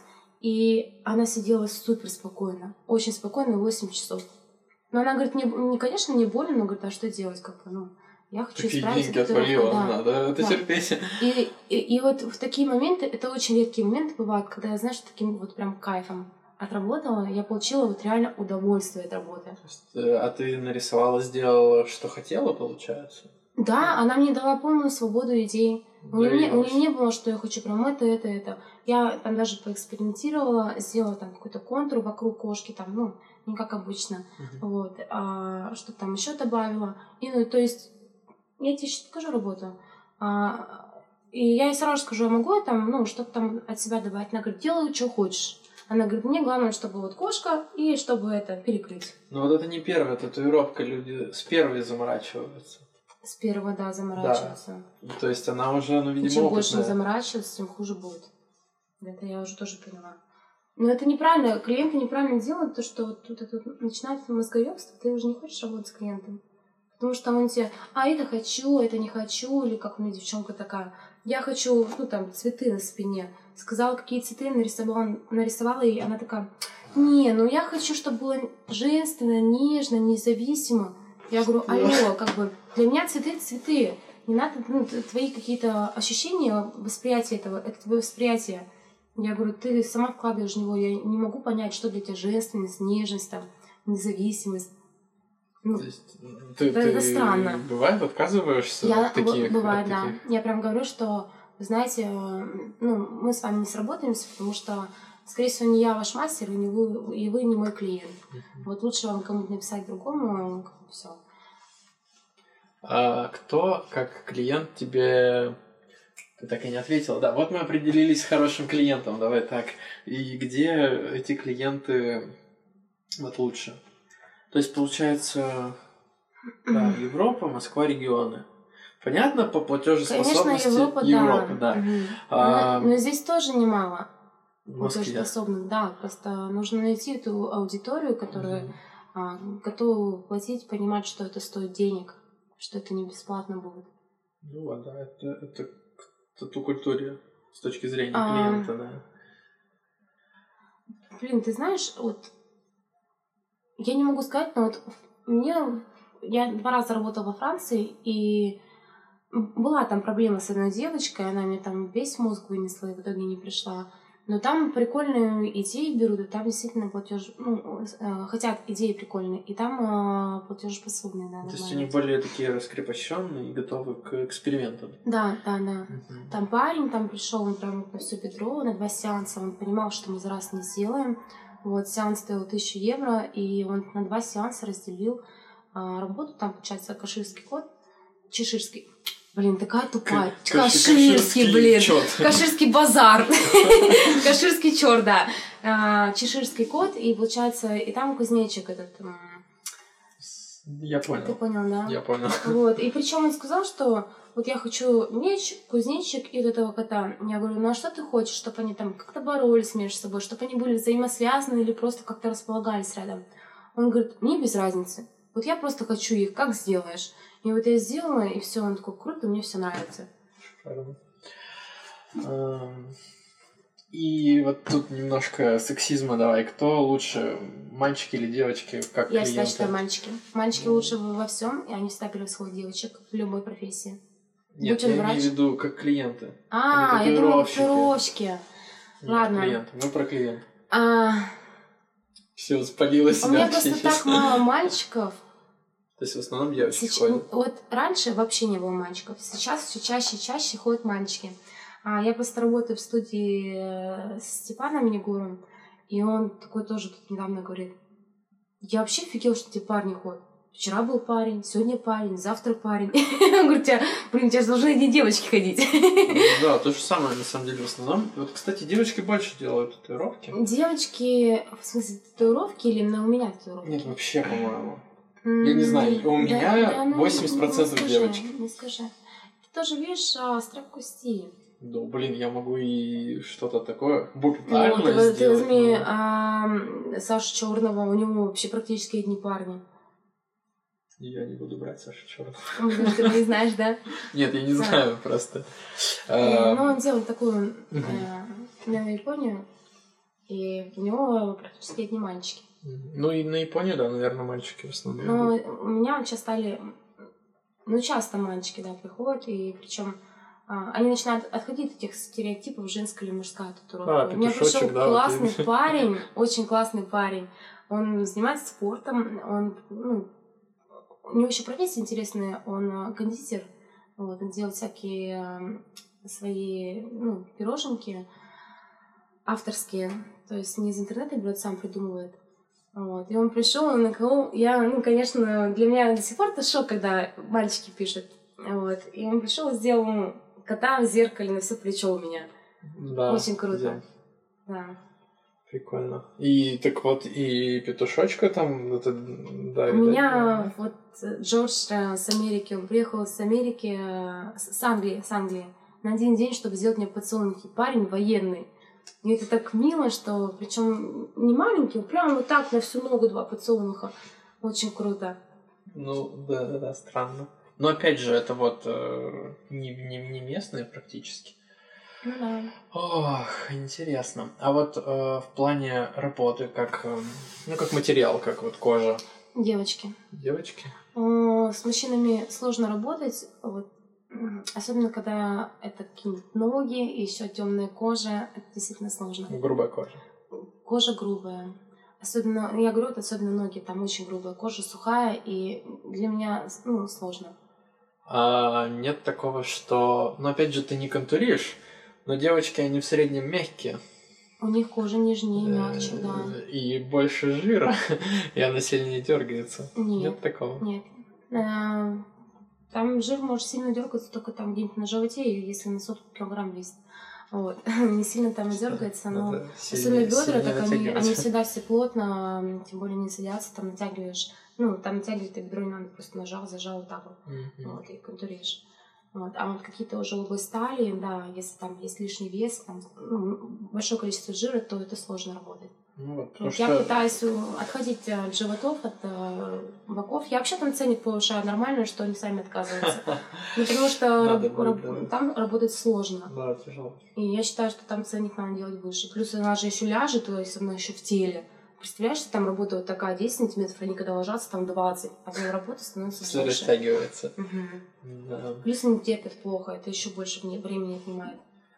B: и она сидела супер спокойно, очень спокойно, восемь часов. Но она говорит, не, не, конечно, не больно, но говорит, а что делать, как бы, ну, я хочу
A: такие
B: исправить
A: деньги отвалила, да, надо это
B: да.
A: терпеть.
B: И, и, и вот в такие моменты, это очень редкие моменты бывают, когда я, знаешь, таким вот прям кайфом отработала, я получила вот реально удовольствие от работы.
A: То есть, а ты нарисовала, сделала, что хотела, получается?
B: Да, она мне дала полную свободу идей. У меня, не, у меня не было, что я хочу прям это, это, это. Я там даже поэкспериментировала, сделала там какой-то контур вокруг кошки, там, ну, не как обычно, uh-huh. вот, а, что там еще добавила. И, ну, то есть, я тебе сейчас покажу работу. А, и я ей сразу скажу, я могу я там, ну, что-то там от себя добавить. Она говорит, делай, что хочешь. Она говорит, мне главное, чтобы вот кошка и чтобы это перекрыть.
A: Ну вот это не первая татуировка, люди с первой заморачиваются.
B: С первого, да, заморачиваться.
A: Да. То есть она уже, ну, видимо,
B: и чем
A: опытная.
B: больше заморачиваться, тем хуже будет. Это я уже тоже поняла. Но это неправильно. Клиенты неправильно делают то, что вот тут это начинается мозгоёбство, ты уже не хочешь работать с клиентом. Потому что он тебе, а это хочу, это не хочу, или как у меня девчонка такая, я хочу, ну там, цветы на спине. Сказала, какие цветы нарисовала, нарисовала, и она такая, не, ну я хочу, чтобы было женственно, нежно, независимо. Я говорю, алло, как бы, для меня цветы цветы. Не надо, ну, твои какие-то ощущения, восприятие этого, это твое восприятие. Я говорю, ты сама вкладываешь в него, я не могу понять, что для тебя женственность, нежность, там, независимость. Ну,
A: то есть ты,
B: это,
A: ты
B: это странно.
A: Бывает, отказываешься
B: я,
A: от таких?
B: Бывает,
A: от
B: да.
A: таких?
B: Я прям говорю, что, знаете, ну, мы с вами не сработаемся, потому что, скорее всего, не я ваш мастер, и, не вы, и вы не мой клиент. Uh-huh. Вот лучше вам кому-то написать другому, все.
A: А кто, как клиент, тебе... Ты так и не ответила. Да, вот мы определились с хорошим клиентом, давай так. И где эти клиенты вот лучше? То есть, получается, да, Европа, Москва, регионы. Понятно, по платежеспособности?
B: Конечно, Европа,
A: Европа,
B: да.
A: да.
B: Угу.
A: А...
B: Но, но здесь тоже немало
A: платежеспособных,
B: да. Просто нужно найти эту аудиторию, которая угу. а, готова платить, понимать, что это стоит денег, что это не бесплатно будет.
A: Ну вот, да, это, это к тату-культуре с точки зрения клиента, а... да.
B: Блин, ты знаешь, вот я не могу сказать, но вот мне... Я два раза работала во Франции, и была там проблема с одной девочкой, она мне там весь мозг вынесла и в итоге не пришла. Но там прикольные идеи берут, и там действительно платеж... Ну, э, хотят идеи прикольные, и там э, платежеспособные, да.
A: То есть они более такие раскрепощенные и готовы к экспериментам.
B: Да, да, да.
A: Uh-huh.
B: Там парень там пришел, он прям на все бедро, на два сеанса, он понимал, что мы за раз не сделаем. Вот, сеанс стоил тысячу евро, и он на два сеанса разделил а, работу. Там, получается, каширский кот. Чеширский. Блин, такая тупая. К- каширский, блин. Чёрт. Каширский базар. Каширский чёрт, да. А, чеширский кот, и, получается, и там кузнечик этот...
A: Я понял.
B: Ты понял, да?
A: Я понял.
B: Вот, и причем он сказал, что вот я хочу меч, кузнечик и вот этого кота. Я говорю, ну а что ты хочешь, чтобы они там как-то боролись между собой, чтобы они были взаимосвязаны или просто как-то располагались рядом? Он говорит, мне без разницы. Вот я просто хочу их, как сделаешь? И вот я сделала, и все, он такой, круто, мне все нравится.
A: Шикарно. И вот тут немножко сексизма давай. Кто лучше, мальчики или девочки, как
B: Я
A: клиенты?
B: считаю, что мальчики. Мальчики mm. лучше во всем, и они всегда превосходят девочек в любой профессии.
A: Нет,
B: Будь он
A: я
B: врач.
A: имею в виду как клиенты.
B: А, я думала, татуировщики. Ладно.
A: Клиенты. Мы про клиентов.
B: А...
A: Все, спалила себя.
B: У меня просто так мало мальчиков.
A: То есть в основном девочки
B: Сейчас...
A: ходят?
B: Вот раньше вообще не было мальчиков. Сейчас все чаще и чаще ходят мальчики. А я просто работаю в студии с Степаном Минигуром, и он такой тоже тут недавно говорит, я вообще офигел, что эти парни ходят. Вчера был парень, сегодня парень, завтра парень. Он говорит, блин, у тебя же должны одни девочки ходить.
A: Да, то же самое, на самом деле, в основном. Вот, кстати, девочки больше делают татуировки.
B: Девочки, в смысле, татуировки или именно у меня татуировки?
A: Нет, вообще, по-моему. Я не знаю, у меня восемьдесят процентов девочек.
B: Не скажи. Ты тоже видишь страх кости.
A: Да, блин, я могу и что-то такое брутальное
B: ну, ты,
A: сделать.
B: Ты возьми
A: но...
B: а, Сашу Черного, у него вообще практически одни парни.
A: Я не буду брать Сашу Черного.
B: Ты не знаешь, да?
A: Нет, я не знаю просто.
B: Ну, он делает такую на Японию, и у него практически одни мальчики.
A: Ну, и на Японию, да, наверное, мальчики в основном.
B: Ну, у меня сейчас стали... Ну, часто мальчики, да, приходят, и причем... Они начинают отходить от этих стереотипов, женская или мужская татуировка.
A: А,
B: У меня пришел
A: да,
B: классный
A: вот
B: парень, очень классный парень. Он занимается спортом, он, ну, у него еще профессия интересная, он кондитер. Вот, он делает всякие свои, ну, пироженки авторские, то есть не из интернета берет, сам придумывает. Вот. И он пришел, он наколол. Я, ну, конечно, для меня до сих пор это шок, когда мальчики пишут. Вот. И он пришел и сделал кота в зеркале на все плечо у меня.
A: Да.
B: Очень круто.
A: Где?
B: Да.
A: Прикольно. И так вот, и петушочка там, это, да,
B: У меня вот Джордж с Америки, он приехал с Америки, с Англии, с Англии на один день, чтобы сделать мне поцелуйки. Парень военный. И это так мило, что причем не маленький, прям вот так на всю ногу два поцелуйка. Очень круто.
A: Ну, да, да, да, странно. Но опять же, это вот э, не, не, не местные практически.
B: Ну да.
A: Ох, интересно. А вот э, в плане работы, как, э, ну, как материал, как вот кожа.
B: Девочки.
A: Девочки?
B: О, с мужчинами сложно работать, вот, особенно когда это какие-нибудь ноги и еще темная кожа, это действительно сложно.
A: Грубая кожа.
B: Кожа грубая. Особенно, я говорю, это особенно ноги, там очень грубая кожа, сухая, и для меня, ну, сложно.
A: А нет такого, что... Ну, опять же, ты не контуришь, но девочки, они в среднем мягкие.
B: У них кожа нежнее, мягче, да.
A: И больше жира, и она сильнее дергается.
B: Нет,
A: нет такого?
B: Нет. Там жир может сильно дергаться только там где-нибудь на животе, если на сотку килограмм весит. Вот. Не сильно там дергается, но
A: Надо
B: особенно
A: сильнее-
B: бедра,
A: сильнее
B: так они,
A: натягивать.
B: они всегда все плотно, тем более не садятся, там натягиваешь. Ну, там натягивать это бедро не надо, просто нажал, зажал вот так вот.
A: Мгм.
B: Вот, и контуришь. Вот. А вот какие-то уже области талии, да, если там есть лишний вес, там, ну, большое количество жира, то это сложно работать.
A: Ну вот, потому
B: Вот я
A: что...
B: пытаюсь э, отходить от животов, от э, боков. Я вообще там ценник повышаю нормально, что они сами отказываются. Ну, потому что
A: Надо
B: раб-
A: будет,
B: раб-
A: да.
B: там работать сложно.
A: Да, тяжело.
B: И я считаю, что там ценник надо делать выше. Плюс она же еще ляжет, то есть она еще в теле. Представляешь, что там работа вот такая десять сантиметров, они когда ложатся, там двадцать. А твоя работа становится
A: Все
B: больше.
A: растягивается.
B: Мгм.
A: Да.
B: Плюс они терпят плохо, это еще больше вне- времени отнимает.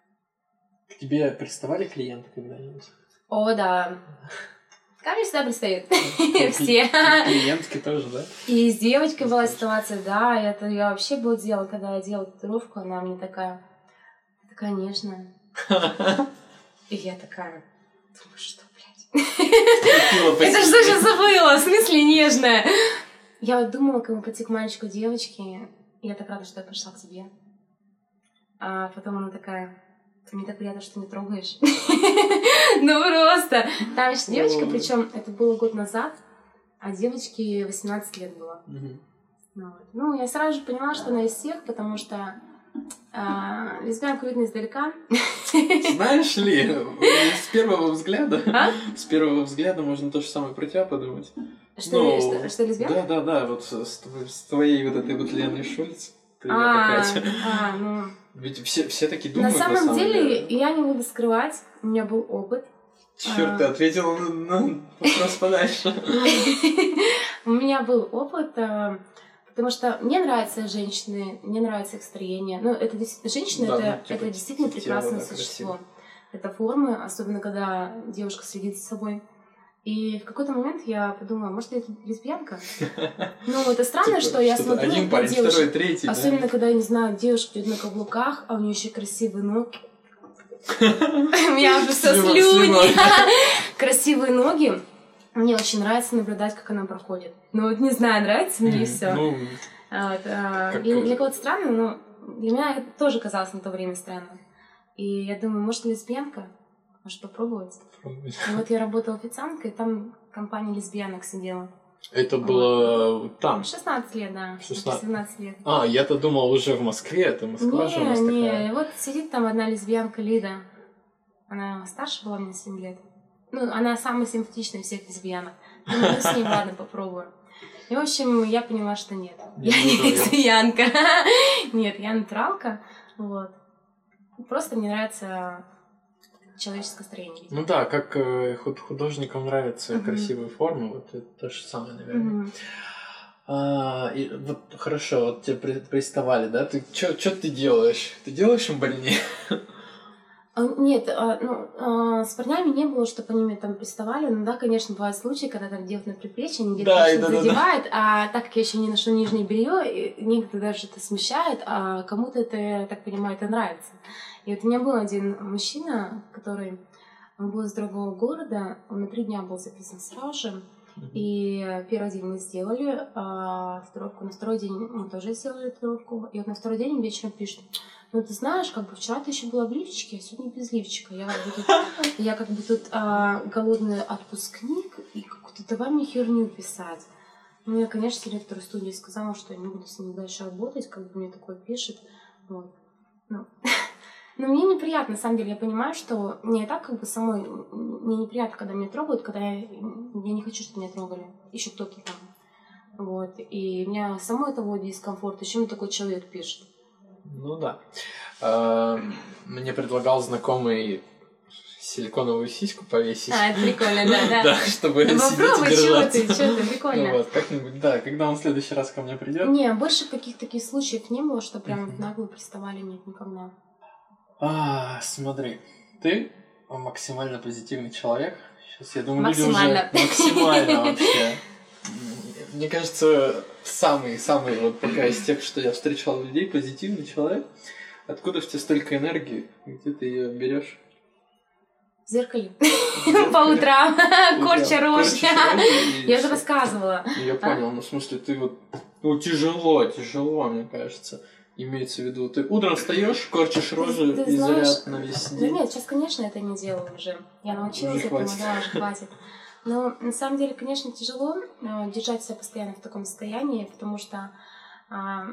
A: К тебе приставали клиенты когда-нибудь?
B: О, да. Ко мне всегда пристают. Все.
A: Клиентки тоже, да?
B: И с девочкой была ситуация, да, это я вообще было дело, когда я делала татуировку, она мне такая, такая нежная. И я такая, думаю, что, блядь? Это что сейчас забыла? В смысле нежная? Я вот думала, кому пойти к мальчику, девочке. Я так рада, что я пришла к тебе. А потом она такая, мне так приятно, что ты не трогаешь. Ну просто. Там еще девочка, причем это было год назад, а девочке восемнадцать лет было.
A: Мгм.
B: Вот. Ну, я сразу же поняла, что она из всех, потому что а, лесбиянку видно издалека.
A: Знаешь ли, с первого взгляда,
B: А?
A: с первого взгляда можно то же самое про тебя подумать.
B: Что,
A: Ну,
B: что, что лесбиянка?
A: Да, да, да, вот с, с тво- с твоей вот этой вот Леной Шульц. Привет
B: А,
A: опять.
B: а, ну.
A: Ведь все, все такие
B: На
A: думают,
B: самом деле, я не буду скрывать, у меня был опыт.
A: Черт, ты ответила на, на вопрос подальше.
B: У меня был опыт, а, потому что мне нравятся женщины, мне нравится их строение. Ну, это действительно, женщина,
A: Да,
B: это,
A: ну, типа,
B: это действительно
A: тело,
B: прекрасное
A: да,
B: существо. Это формы, особенно когда девушка следит за собой. И в какой-то момент я подумала, может, я лесбиянка? Ну, это странно,
A: Типа,
B: что я
A: что-то
B: смотрю
A: один
B: на
A: парень, второй,
B: девушек,
A: третий, да.
B: особенно когда, я не знаю, девушка идет на каблуках, а у нее еще красивые ноги. У меня уже все
A: Слюна,
B: слюни.
A: слюна.
B: Красивые ноги. Мне очень нравится наблюдать, как она проходит. Ну вот не знаю, нравится мне и все.
A: Ну, как-
B: Для для кого-то странно, но для меня это тоже казалось на то время странно. И я думаю, может, лесбиянка? Может, попробовать? И вот я работала официанткой, там компания лесбиянок сидела.
A: это было там.
B: шестнадцать лет, да.
A: шестнадцать.
B: семнадцать лет.
A: А, я-то думал уже в Москве, это Москва же у нас
B: Не,
A: такая.
B: не, вот сидит там одна лесбиянка Лида. Она старше была мне семь лет. Ну, она самая симпатичная из всех лесбиянок. Думаю, ну с ней ладно, попробую. И, в общем, я поняла, что нет.
A: Не
B: Я не
A: буду я.
B: лесбиянка. Нет, я натуралка. Вот. Просто мне нравится человеческое строение.
A: Ну да, как э, худ- художникам нравятся
B: Мгм.
A: красивые формы, вот это то же самое, наверное.
B: Мгм.
A: А, и вот хорошо, вот тебе при- приставали, да? Ты что ты делаешь? Ты делаешь им больнее?
B: Нет, ну, с парнями не было, чтобы они меня там приставали. Ну да, конечно, бывают случаи, когда там делают на предплечье, они где-то
A: да,
B: что-то
A: да,
B: задевают,
A: да.
B: А так как я еще не ношу нижнее белье, некоторые даже это смущает, а кому-то это, я так понимаю, это нравится. И вот у меня был один мужчина, который он был из другого города, он на три дня был записан сразу же. И первый день мы сделали а, татуировку, на второй день мы тоже сделали татуировку. И вот на второй день вечером пишет: ну ты знаешь, как бы вчера ты еще была в лифчике, а сегодня без лифчика. Я как бы тут, я как бы тут а, голодный отпускник, и как-то давай мне херню писать. Ну я, конечно, директору студии сказала, что я не буду с ним дальше работать, как бы мне такое пишет. Вот. Ну. Но мне неприятно, на самом деле, я понимаю, что мне и так как бы самой, мне неприятно, когда меня трогают, когда я, я не хочу, чтобы меня трогали, еще кто-то там, вот, и меня самой это вводит дискомфорт, еще мне такой человек пишет.
A: Ну да. А, мне предлагал знакомый силиконовую сиську повесить.
B: А, это прикольно, да, да.
A: Да, чтобы сидеть и держаться.
B: Попробуй, чего ты, чего ты, прикольно.
A: Вот, как-нибудь, да, когда он в следующий раз ко мне придет.
B: Не, больше каких таких случаев не было, что прям в наглую приставали, нет, никогда.
A: А, смотри, ты максимально позитивный человек. Сейчас, я думаю,
B: максимально.
A: люди уже максимально вообще. Мне кажется, самый-самый вот пока из тех, что я встречал людей, позитивный человек. Откуда в тебе столько энергии? Где ты ее берешь?
B: В зеркале. По утрам. Корча рожь. Я уже рассказывала.
A: Я понял, ну в смысле, ты вот... Ну, тяжело, тяжело, мне кажется. Имеется в виду, ты утром встаешь, корчишь рожу и заряд на весь день.
B: Да нет, сейчас, конечно, это не делаю уже. Я научилась этому, да, уже хватит. Но на самом деле, конечно, тяжело держать себя постоянно в таком состоянии, потому что а,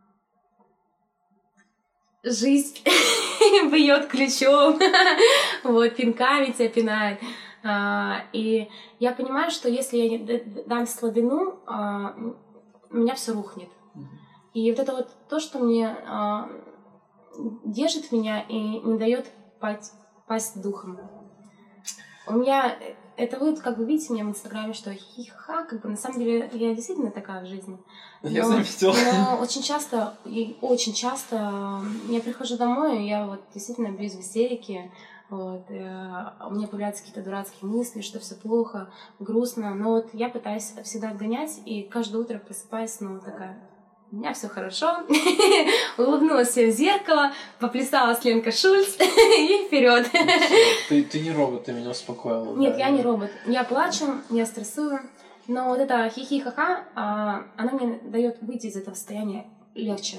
B: жизнь бьет ключом, вот, пинками тебя пинает. А, и я понимаю, что если я дам слабину, а, у меня все рухнет. И вот это вот то, что мне а, держит меня и не дает пасть, пасть духом. У меня, это вы как бы видите меня в Инстаграме, что хи-ха, как бы на самом деле я действительно такая в жизни. Но,
A: я заметила.
B: Но очень часто, и очень часто я прихожу домой, и я вот действительно бьюсь в истерике. Вот, э, у меня появляются какие-то дурацкие мысли, что все плохо, грустно. Но вот я пытаюсь всегда отгонять, и каждое утро просыпаюсь снова такая: у меня все хорошо, улыбнулась себе в зеркало, поплясала с Ленкой Шульц и вперед.
A: Ты, ты не робот, ты меня успокоила.
B: Нет,
A: да,
B: я не робот. Я плачу, я стрессую, но вот это хихи-ха-ха, а, она мне дает выйти из этого состояния легче.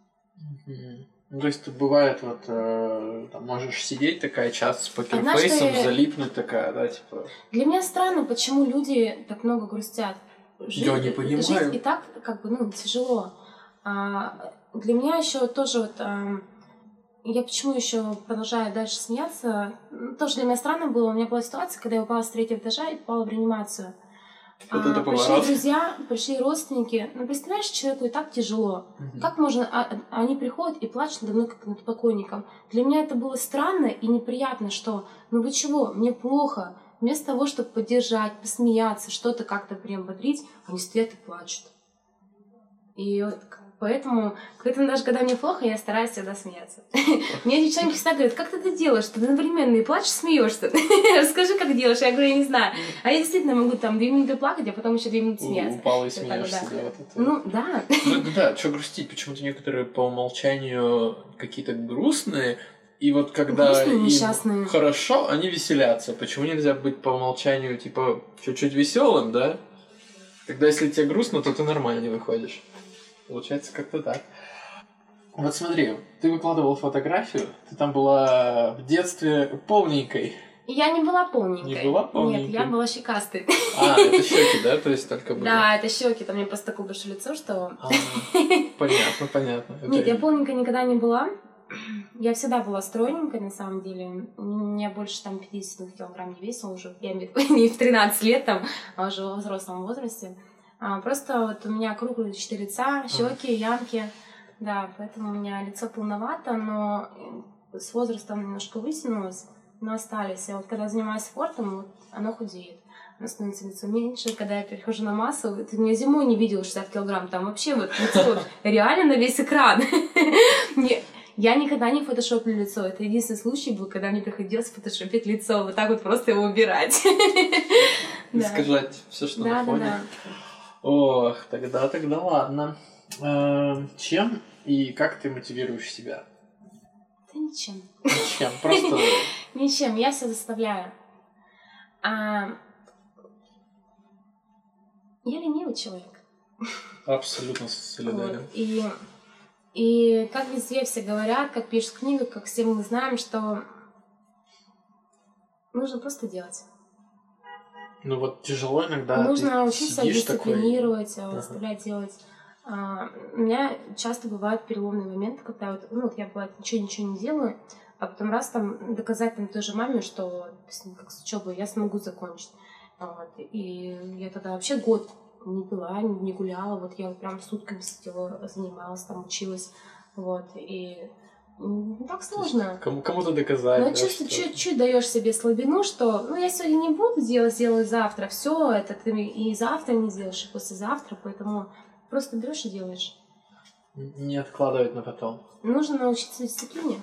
A: Ну, то есть тут бывает, вот, э, там, можешь сидеть такая часто с покерфейсом,
B: Однажды...
A: залипнуть такая, да, типа...
B: Для меня странно, почему люди так много грустят. Жить,
A: я не понимаю.
B: Жить и так, как бы, ну, тяжело. А для меня еще тоже вот... А, я почему еще продолжаю дальше смеяться? Тоже для меня странно было. У меня была ситуация, когда я упала с третьего этажа и попала в реанимацию.
A: Вот
B: а, пришли друзья, пришли родственники. Ну, представляешь, человеку и так тяжело. Угу. Как можно... А, они приходят и плачут надо мной, как над покойником. Для меня это было странно и неприятно, что... Ну вы чего? Мне плохо. Вместо того, чтобы поддержать, посмеяться, что-то как-то приободрить, они стоят и плачут. И вот поэтому, поэтому даже когда мне плохо, я стараюсь всегда смеяться. Мне девчонки всегда говорят: как ты это делаешь? Ты одновременно и плачешь, смеешься. Расскажи, как делаешь. Я говорю: я не знаю. А я действительно могу там две минуты плакать, а потом еще две минуты смеяться.
A: Упала и смеешься, да. Вот это.
B: Ну, да.
A: Ну, да, что грустить? Почему-то некоторые по умолчанию какие-то грустные, и вот когда им хорошо, они веселятся. Почему нельзя быть по умолчанию, типа, чуть-чуть веселым, да? Тогда, если тебе грустно, то ты нормально выходишь. Получается как-то так. Вот смотри, ты выкладывала фотографию, ты там была в детстве полненькой.
B: Я не была полненькой.
A: Не была полненькой?
B: Нет, я была щекастой.
A: А, это щеки, да? То есть только были?
B: Да, это щеки. Там у меня просто такое большое лицо, что...
A: А, понятно, понятно.
B: Нет, я полненькой никогда не была. Я всегда была стройненькой, на самом деле. У меня больше там пятьдесят килограмм не весила уже. Я не в тринадцать лет, там, а уже во взрослом возрасте. А, просто вот у меня круглые четыре лица, щеки, ямки. Да, поэтому у меня лицо полновато, но с возрастом немножко вытянулось, но остались. Я вот когда занимаюсь спортом, вот, оно худеет. Оно становится лицо меньше. Когда я перехожу на массу, ты меня зимой не видела шестьдесят килограмм. Там вообще вот лицо реально на весь экран. Я никогда не фотошоплю лицо. Это единственный случай был, когда мне приходилось фотошопить лицо. Вот так вот просто его убирать.
A: Искажать все, что на фоне. Ох, тогда, тогда ладно. Чем и как ты мотивируешь себя?
B: Да ничем.
A: Ничем, просто...
B: Ничем, я себя заставляю. А... Я ленивый человек.
A: Абсолютно солидарен.
B: Вот. И, и как везде все говорят, как пишут в книгах, как все мы знаем, что нужно просто делать.
A: Ну вот тяжело иногда.
B: Нужно учиться дисциплинировать,
A: такой...
B: заставлять ага. делать. А, у меня часто бывают переломные моменты, когда вот, ну, вот я бывает ничего-ничего не делаю, а потом раз там доказать там той же маме, что как с учебой я смогу закончить. Вот. И я тогда вообще год не пила, не гуляла, вот я вот прям сутками сидела, занималась, там училась, вот, и не так сложно.
A: Кому- кому-то доказать.
B: Но
A: да,
B: чувство,
A: что...
B: чуть-чуть даешь себе слабину, что, ну, я сегодня не буду делать, сделаю завтра, все, это ты и завтра не сделаешь, и послезавтра, поэтому просто берешь и делаешь.
A: Не откладывать на потом.
B: Нужно научиться дисциплине.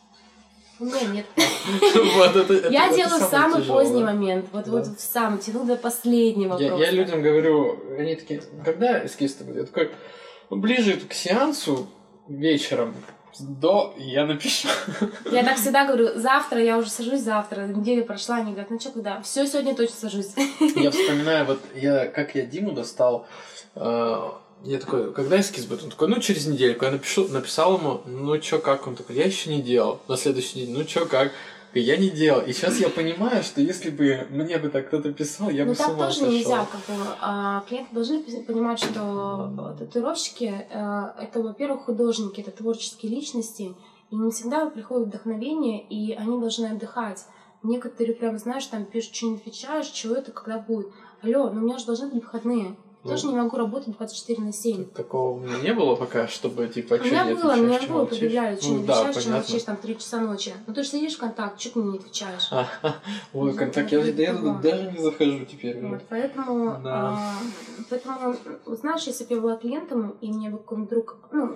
B: У меня нет.
A: Вот, это, это,
B: я
A: это
B: делаю в самый
A: тяжелое.
B: поздний момент. Вот, да. вот в самый, тяну до последнего
A: я,
B: просто.
A: Я людям говорю, они такие, когда эскиз-то будет? Я такой, ближе к сеансу вечером до я напишу.
B: Я так всегда говорю, завтра я уже сажусь, завтра, неделя прошла, они говорят, ну что, когда? Все, сегодня точно сажусь.
A: Я вспоминаю, вот я, как я Диму достал, э, я такой, когда эскиз будет? Он такой, ну, через недельку. Я напишу, написал ему, ну, чё, как? Он такой, я еще не делал. На следующий день, ну, чё, как? Я не делал. И сейчас я понимаю, что если бы мне бы так кто-то писал, я
B: ну,
A: бы с ума
B: так тоже
A: сошел.
B: нельзя. Как бы, а, клиенты должны понимать, что татуировщики а, это, во-первых, художники, это творческие личности, и не всегда приходит вдохновение, и они должны отдыхать. Некоторые прям, знаешь, там пишут, что не отвечаешь, чего это, когда будет. Алло, ну у меня же должны быть выходные.
A: Ну,
B: тоже не могу работать двадцать четыре на семь.
A: Такого у меня не было пока, чтобы типа,
B: что не отвечаешь. У меня было, у меня было, предъявляли, что
A: ну,
B: не
A: да,
B: отвечаешь, что не отвечаешь там три часа ночи. Ну ты же сидишь в контакт, что ты мне не отвечаешь?
A: А, ой, контакт, я, я даже не захожу теперь.
B: Вот, поэтому,
A: да.
B: а, поэтому, знаешь, если бы я была клиентом, и мне бы какой-нибудь друг, ну,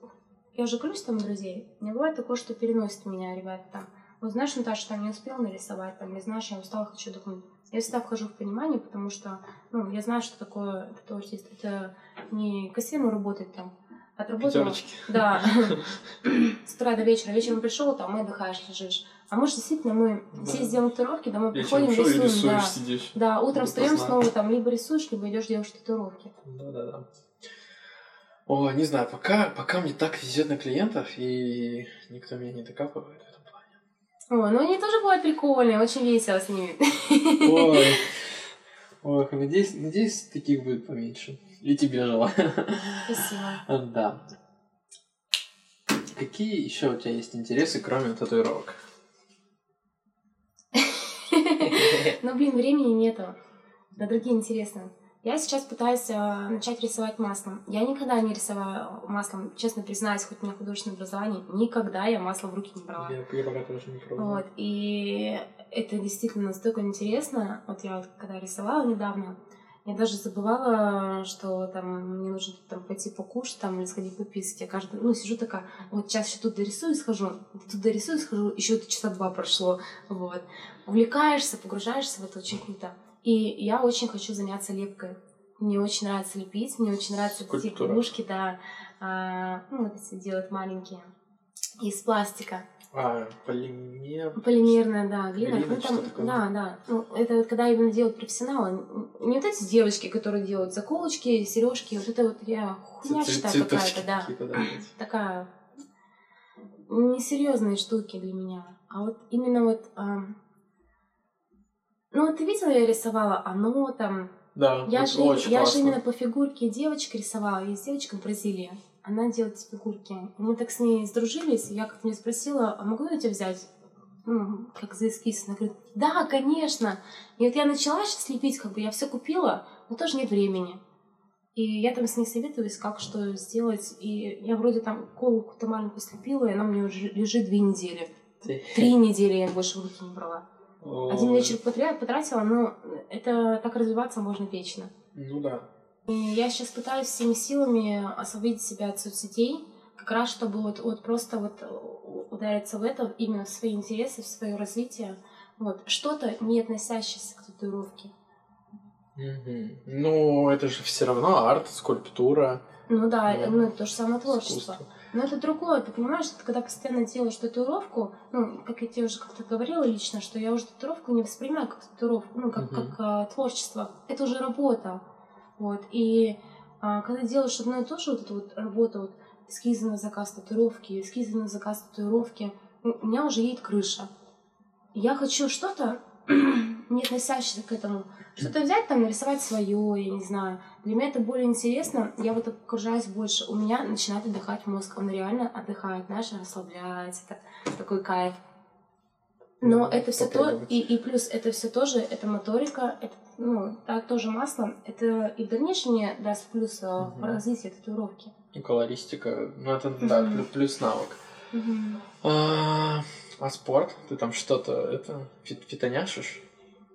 B: я же клюсь там друзей, мне бывает такое, что переносит меня ребята там. Вот знаешь, Наташа, там не успела нарисовать, там, или знаешь, я устала, хочу отдохнуть. Я всегда вхожу в понимание, потому что, ну, я знаю, что такое тату-артист. Это не кассиром работать там, отработала.
A: Пятерочки.
B: Да. С утра до вечера. Вечером пришел, там, и отдыхаешь, лежишь. А может, действительно, мы да. все сделаем татуировки, домой приходим, рисуем.
A: Рисуешь,
B: да.
A: сидишь.
B: Да, утром встаем снова, там, либо рисуешь, либо идешь делаешь татуировки.
A: Да-да-да. О, не знаю, пока, пока мне так везет на клиентов, и никто меня не докапывает в этом плане.
B: Ой, ну они тоже бывают прикольные, очень весело с ними.
A: Ой, ой, надеюсь, надеюсь, таких будет поменьше. И тебе желаю.
B: Спасибо.
A: Да. Какие еще у тебя есть интересы, кроме татуировок?
B: Ну, блин, времени нету. Да, другие интересные. Я сейчас пытаюсь э, начать рисовать маслом. Я никогда не рисовала маслом, честно признаюсь, хоть у меня художественное образование, никогда я масло в руки не брала.
A: Я, я пока тоже не пробовала.
B: Вот, и это действительно настолько интересно. Вот я вот когда рисовала недавно, я даже забывала, что там мне нужно там пойти покушать там, или сходить пописать. Я каждый, ну, сижу такая, вот сейчас еще тут дорисую и схожу, тут дорисую и схожу, еще часа два прошло. Вот. Увлекаешься, погружаешься в это, очень круто. И я очень хочу заняться лепкой. Мне очень нравится лепить, мне очень нравятся эти игрушки, да, а, ну, вот эти делают маленькие, из пластика.
A: А, полимер...
B: Полимерная, да, глина.
A: глина
B: ну, там, да, да. Ну, это вот когда именно делают профессионалы. Не вот эти девочки, которые делают заколочки, сережки, вот это вот я хуйня считаю какая-то, да. Такая несерьезные штуки для меня. А вот именно вот... А... Ну, вот ты видела, я рисовала оно там...
A: Да,
B: я же,
A: очень
B: я
A: классно.
B: же именно по фигурке девочек рисовала. Есть девочка в Бразилии. Она делает фигурки. Мы так с ней сдружились, и я как-то меня спросила, а могу я тебя взять? Ну, как за эскиз. Она говорит, да, конечно. И вот я начала сейчас лепить, как бы я все купила, но тоже нет времени. И я там с ней советуюсь, как что сделать. И я вроде там колу какую-то маленькую слепила, и она у меня уже лежит две недели. Три недели я больше в руки не брала. Один вечер потратила, но это так развиваться можно вечно.
A: Ну да.
B: И я сейчас пытаюсь всеми силами освободить себя от соцсетей. как раз чтобы вот, вот просто вот удариться в это, именно в свои интересы, в свое развитие, вот, что-то не относящееся к татуировке.
A: Mm-hmm. Ну, это же все равно арт, скульптура.
B: Ну да, да. Ну, это то же самое творчество.
A: Искусство.
B: Но это другое, ты понимаешь, ты когда постоянно делаешь татуировку, ну, как я тебе уже как-то говорила лично, что я уже татуировку не воспринимаю как татуировку, ну, как, uh-huh. как а, творчество. Это уже работа. Вот. И а, когда делаешь одно и то же, вот эту вот работу, вот, эскизы на заказ татуировки, эскизы на заказ татуировки, у меня уже едет крыша. Я хочу что-то, не относящееся к этому, что-то взять, там, нарисовать свое, я не знаю. Для меня это более интересно, я вот окружаюсь больше, у меня начинает отдыхать мозг, он реально отдыхает, знаешь, расслабляется, так, такой кайф. Но ну, это все то, и, и плюс это все тоже, это моторика, это, ну, так, тоже масло, это и в дальнейшем мне даст плюс uh-huh. в развитии татуировки.
A: И колористика, ну это, uh-huh. да, плюс, плюс навык. Uh-huh. А, а спорт? Ты там что-то, это, фит, фитоняшишь?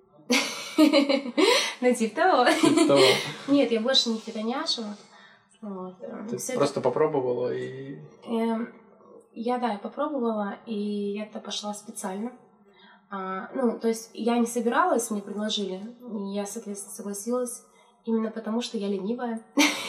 B: Ну, типа того. Нет, я больше не фитоняшу.
A: Ты просто попробовала и...
B: Я, да, я попробовала, и я-то пошла специально. Ну, то есть я не собиралась, мне предложили, и я, соответственно, согласилась, именно потому что я ленивая.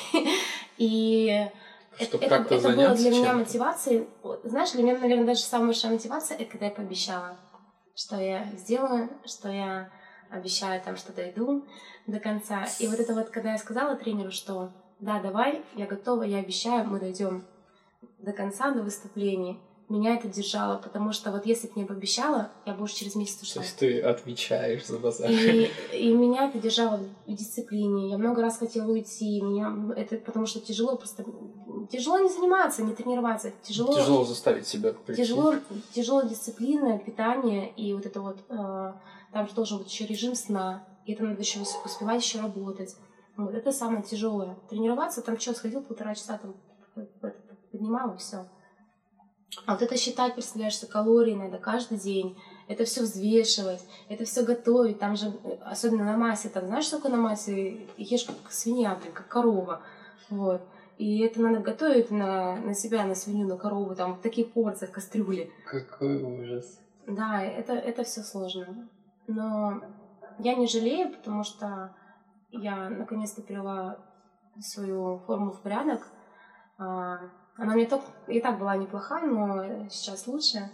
B: И
A: Чтобы
B: это,
A: как-то
B: это
A: заняться
B: было для меня
A: чем-то.
B: мотивацией. Знаешь, для меня, наверное, даже самая большая мотивация, это когда я пообещала, что я сделаю, что я обещаю там, что дойду до конца. И вот это вот, когда я сказала тренеру, что да, давай, я готова, я обещаю, мы дойдем до конца, до выступления, меня это держало, потому что вот если бы не пообещала, я бы уже через месяц ушла.
A: То есть ты отвечаешь за базар.
B: И, и меня это держало в дисциплине. Я много раз хотела уйти, меня это потому что тяжело просто тяжело не заниматься, не тренироваться, тяжело.
A: Тяжело заставить себя прийти.
B: Тяжело, тяжело дисциплина, питание и вот это вот. Э, там же должен быть еще режим сна, и это надо еще успевать еще работать. Вот это самое тяжелое. Тренироваться там что, сходил полтора часа, там поднимал и все. А вот это считать, представляешь, калории надо каждый день, это все взвешивать, это все готовить, там же, особенно на массе, там, знаешь, сколько на массе, ешь как свинья, блин, как корова, вот. И это надо готовить на, на себя, на свинью, на корову, там, в таких порциях, кастрюли.
A: Какой ужас. Да,
B: это, это все сложно. Но я не жалею, потому что я наконец-то привела свою форму в порядок. Она мне так, и так была неплохая, но сейчас лучше.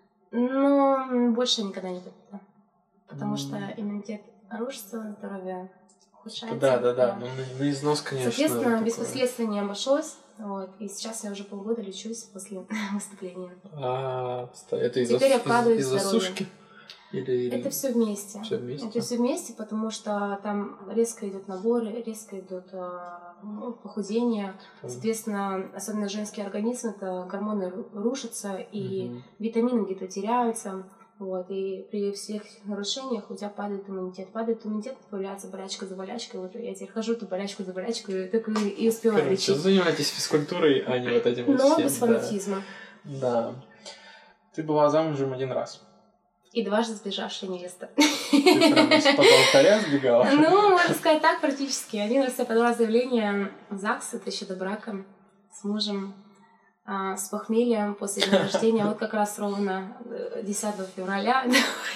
B: Но больше никогда не будет. Потому mm. что иммунитет рушится, здоровье ухудшается.
A: Да, да, да. Ну, на износ, конечно.
B: Соответственно, такое. Без последствий не обошлось. Вот. И сейчас я уже полгода лечусь после выступления.
A: А, это из-за,
B: Теперь я вкладываю
A: из- из-за сушки? Или, или...
B: Это все вместе.
A: Все вместе.
B: Это все вместе, потому что там резко идут наборы, резко идут ну, похудение. Mm. Соответственно, особенно женский организм, это гормоны рушатся, и mm-hmm. витамины где-то теряются. Вот, и при всех нарушениях у тебя падает иммунитет. Падает иммунитет, появляется болячка за болячкой. Вот я теперь хожу, эту болячку за болячкой, так и, и успеваю
A: Короче,
B: лечить.
A: Занимайтесь физкультурой, а не вот этим вот
B: Но
A: всем.
B: без фанатизма.
A: Да. да. Ты была замужем один раз.
B: И дважды сбежавшая невеста.
A: Ты прям из-под алтаря сбегала?
B: Ну, можно сказать так, практически. Один раз я подала заявление в ЗАГС, это еще до брака, с мужем, а, с похмельем после дня рождения. Вот как раз ровно десятого февраля.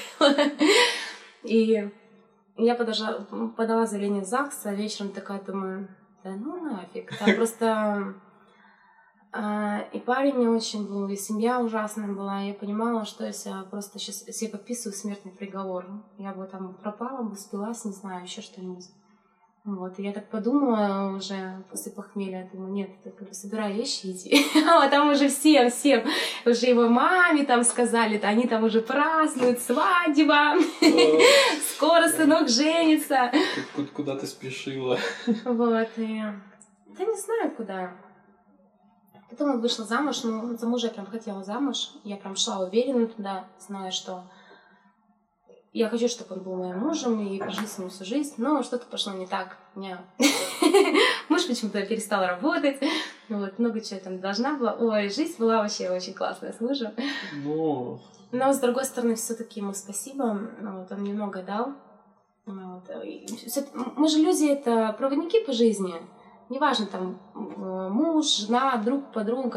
B: И я подожа, подала заявление в ЗАГС, а вечером такая думаю, да ну нафиг. Там просто... А, и парень не очень был, и семья ужасная была. Я понимала, что если я просто сейчас себе подписываю смертный приговор, я бы там пропала, бы спилась, не знаю, еще что-нибудь. Вот, и я так подумала уже после похмелья, думаю, нет, ты как бы собирай вещи и иди. А там уже всем, всем, уже его маме там сказали, они там уже празднуют свадьба, скоро сынок женится.
A: Куда ты спешила?
B: Вот, и я не знаю, куда. Потом я вышла замуж, ну, за мужа я прям хотела замуж, я прям шла уверенно туда, зная, что я хочу, чтобы он был моим мужем и прожить с ним всю жизнь, но что-то пошло не так. Меня... Муж почему-то перестал работать, вот, много чего там должна была. Ой, жизнь была вообще очень классная с мужем.
A: Ну...
B: Но, с другой стороны, все-таки ему спасибо, вот, он мне много дал. Вот. Мы же люди, это проводники по жизни. Неважно, там, муж, жена, друг, подруга.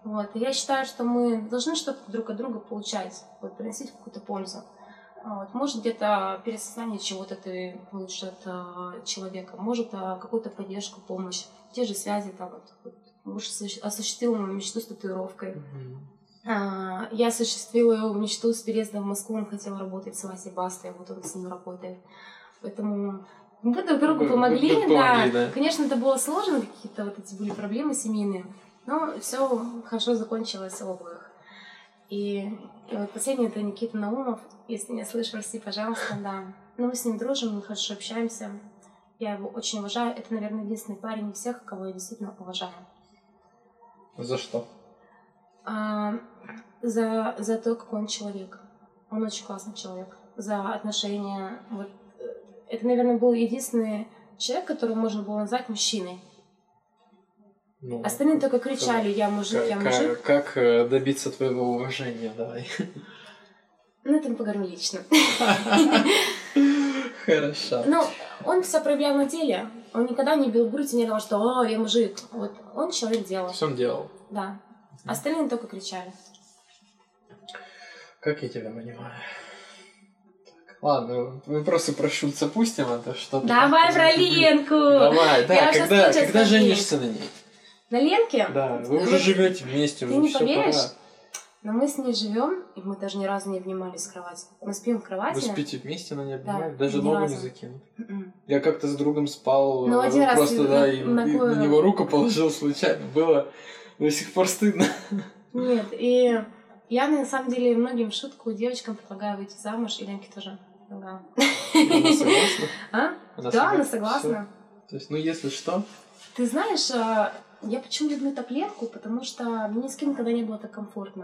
B: Вот. И я считаю, что мы должны что-то друг от друга получать, вот, приносить какую-то пользу. Вот. Может, где-то пересознание чего-то ты получишь от а, человека, может, а, какую-то поддержку, помощь, те же связи, там, вот, вот, может, осуществила мою мечту с татуировкой. Mm-hmm. А, я осуществила мечту с переездом в Москву, он хотел работать с Васей Бастой, вот он с ним работает. Поэтому мы друг другу помогли, вы, вы да. помогли, да. Конечно, это было сложно, какие-то вот эти были проблемы семейные, но все хорошо закончилось у обоих. И, и вот последний это Никита Наумов, если меня слышишь, прости, пожалуйста, да. Но мы с ним дружим, мы хорошо общаемся, я его очень уважаю. Это, наверное, единственный парень из всех, кого я действительно уважаю.
A: За что?
B: А, за, за то, какой он человек. Он очень классный человек. За отношения. Вот, это, наверное, был единственный человек, которого можно было назвать мужчиной. Ну, остальные только кричали: я мужик, я мужик.
A: Как, как добиться твоего уважения, давай.
B: Ну, это мы поговорим лично.
A: Хорошо.
B: Ну, он все проявлял на деле. Он никогда не бил в грудь и не говорил, что «О, я мужик». Вот он человек делал.
A: Все он делал.
B: Да. Остальные только кричали.
A: Как я тебя понимаю. Так, ладно, мы просто про Шульца пустим, это что-то...
B: Давай про Ленку!
A: Давай, да, когда, когда женишься на ней?
B: На Ленке?
A: Да, вы уже живете вместе,
B: ты
A: уже
B: не
A: все
B: поверишь?
A: пора.
B: Но мы с ней живем, и мы даже ни разу не обнимались в кровати. Мы спим в кровати.
A: Вы спите вместе, но не обнимались?
B: Да,
A: даже ногу
B: разу.
A: не закинут?
B: Mm-mm.
A: Я как-то с другом спал,
B: ну, один
A: просто,
B: раз
A: да,
B: на,
A: и,
B: ногой...
A: и на него руку положил случайно. Было до сих пор стыдно.
B: Нет, и я на самом деле многим в шутку девочкам предлагаю выйти замуж, и Ленке тоже предлагаю.
A: Она согласна?
B: А?
A: Она
B: да,
A: согласна?
B: она согласна.
A: Всё. То есть, ну, если что...
B: Ты знаешь, я почему люблю так Ленку, потому что мне ни с кем никогда не было так комфортно.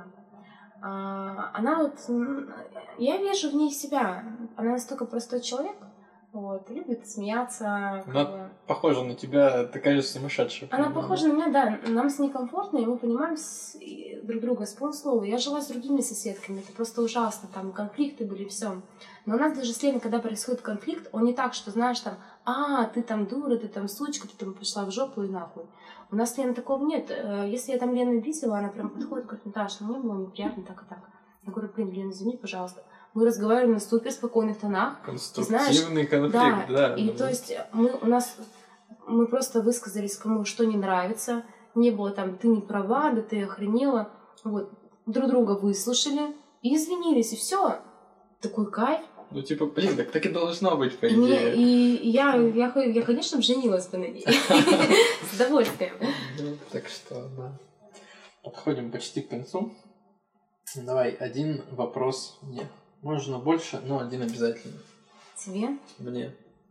B: Она вот... Я вижу в ней себя. Она настолько простой человек, вот, любит смеяться.
A: Она бы... похожа на тебя, такая же сумасшедшая.
B: Она похожа на меня, да. Нам с ней комфортно, и мы понимаем с... друг друга с полуслова. Я жила с другими соседками, это просто ужасно. Там конфликты были, все. Но у нас даже с Леной, когда происходит конфликт, он не так, что, знаешь, там, а, ты там дура, ты там сучка, ты там пошла в жопу и нахуй. У нас с Леной такого нет. Если я там Лену видела, она прям подходит, говорит: Наташа, ну мне было неприятно так и так. Я говорю: блин, Лена, извини, пожалуйста. Мы разговариваем на супер спокойных тонах.
A: Конструктивный
B: знаешь,
A: конфликт, да.
B: да. И
A: да.
B: то есть мы, у нас, мы просто высказались, кому что не нравится. Не было там, ты не права, да ты охренела. Вот. Друг друга выслушали и извинились, и все. Такой кайф.
A: Ну, типа, блин, так так и должно быть, по
B: И,
A: идее.
B: и я, я, я, я, конечно, женилась бы на ней. С удовольствием.
A: Так что, да. Подходим почти к концу. Давай, один вопрос мне. Можно больше, но один обязательно.
B: Тебе?
A: Мне.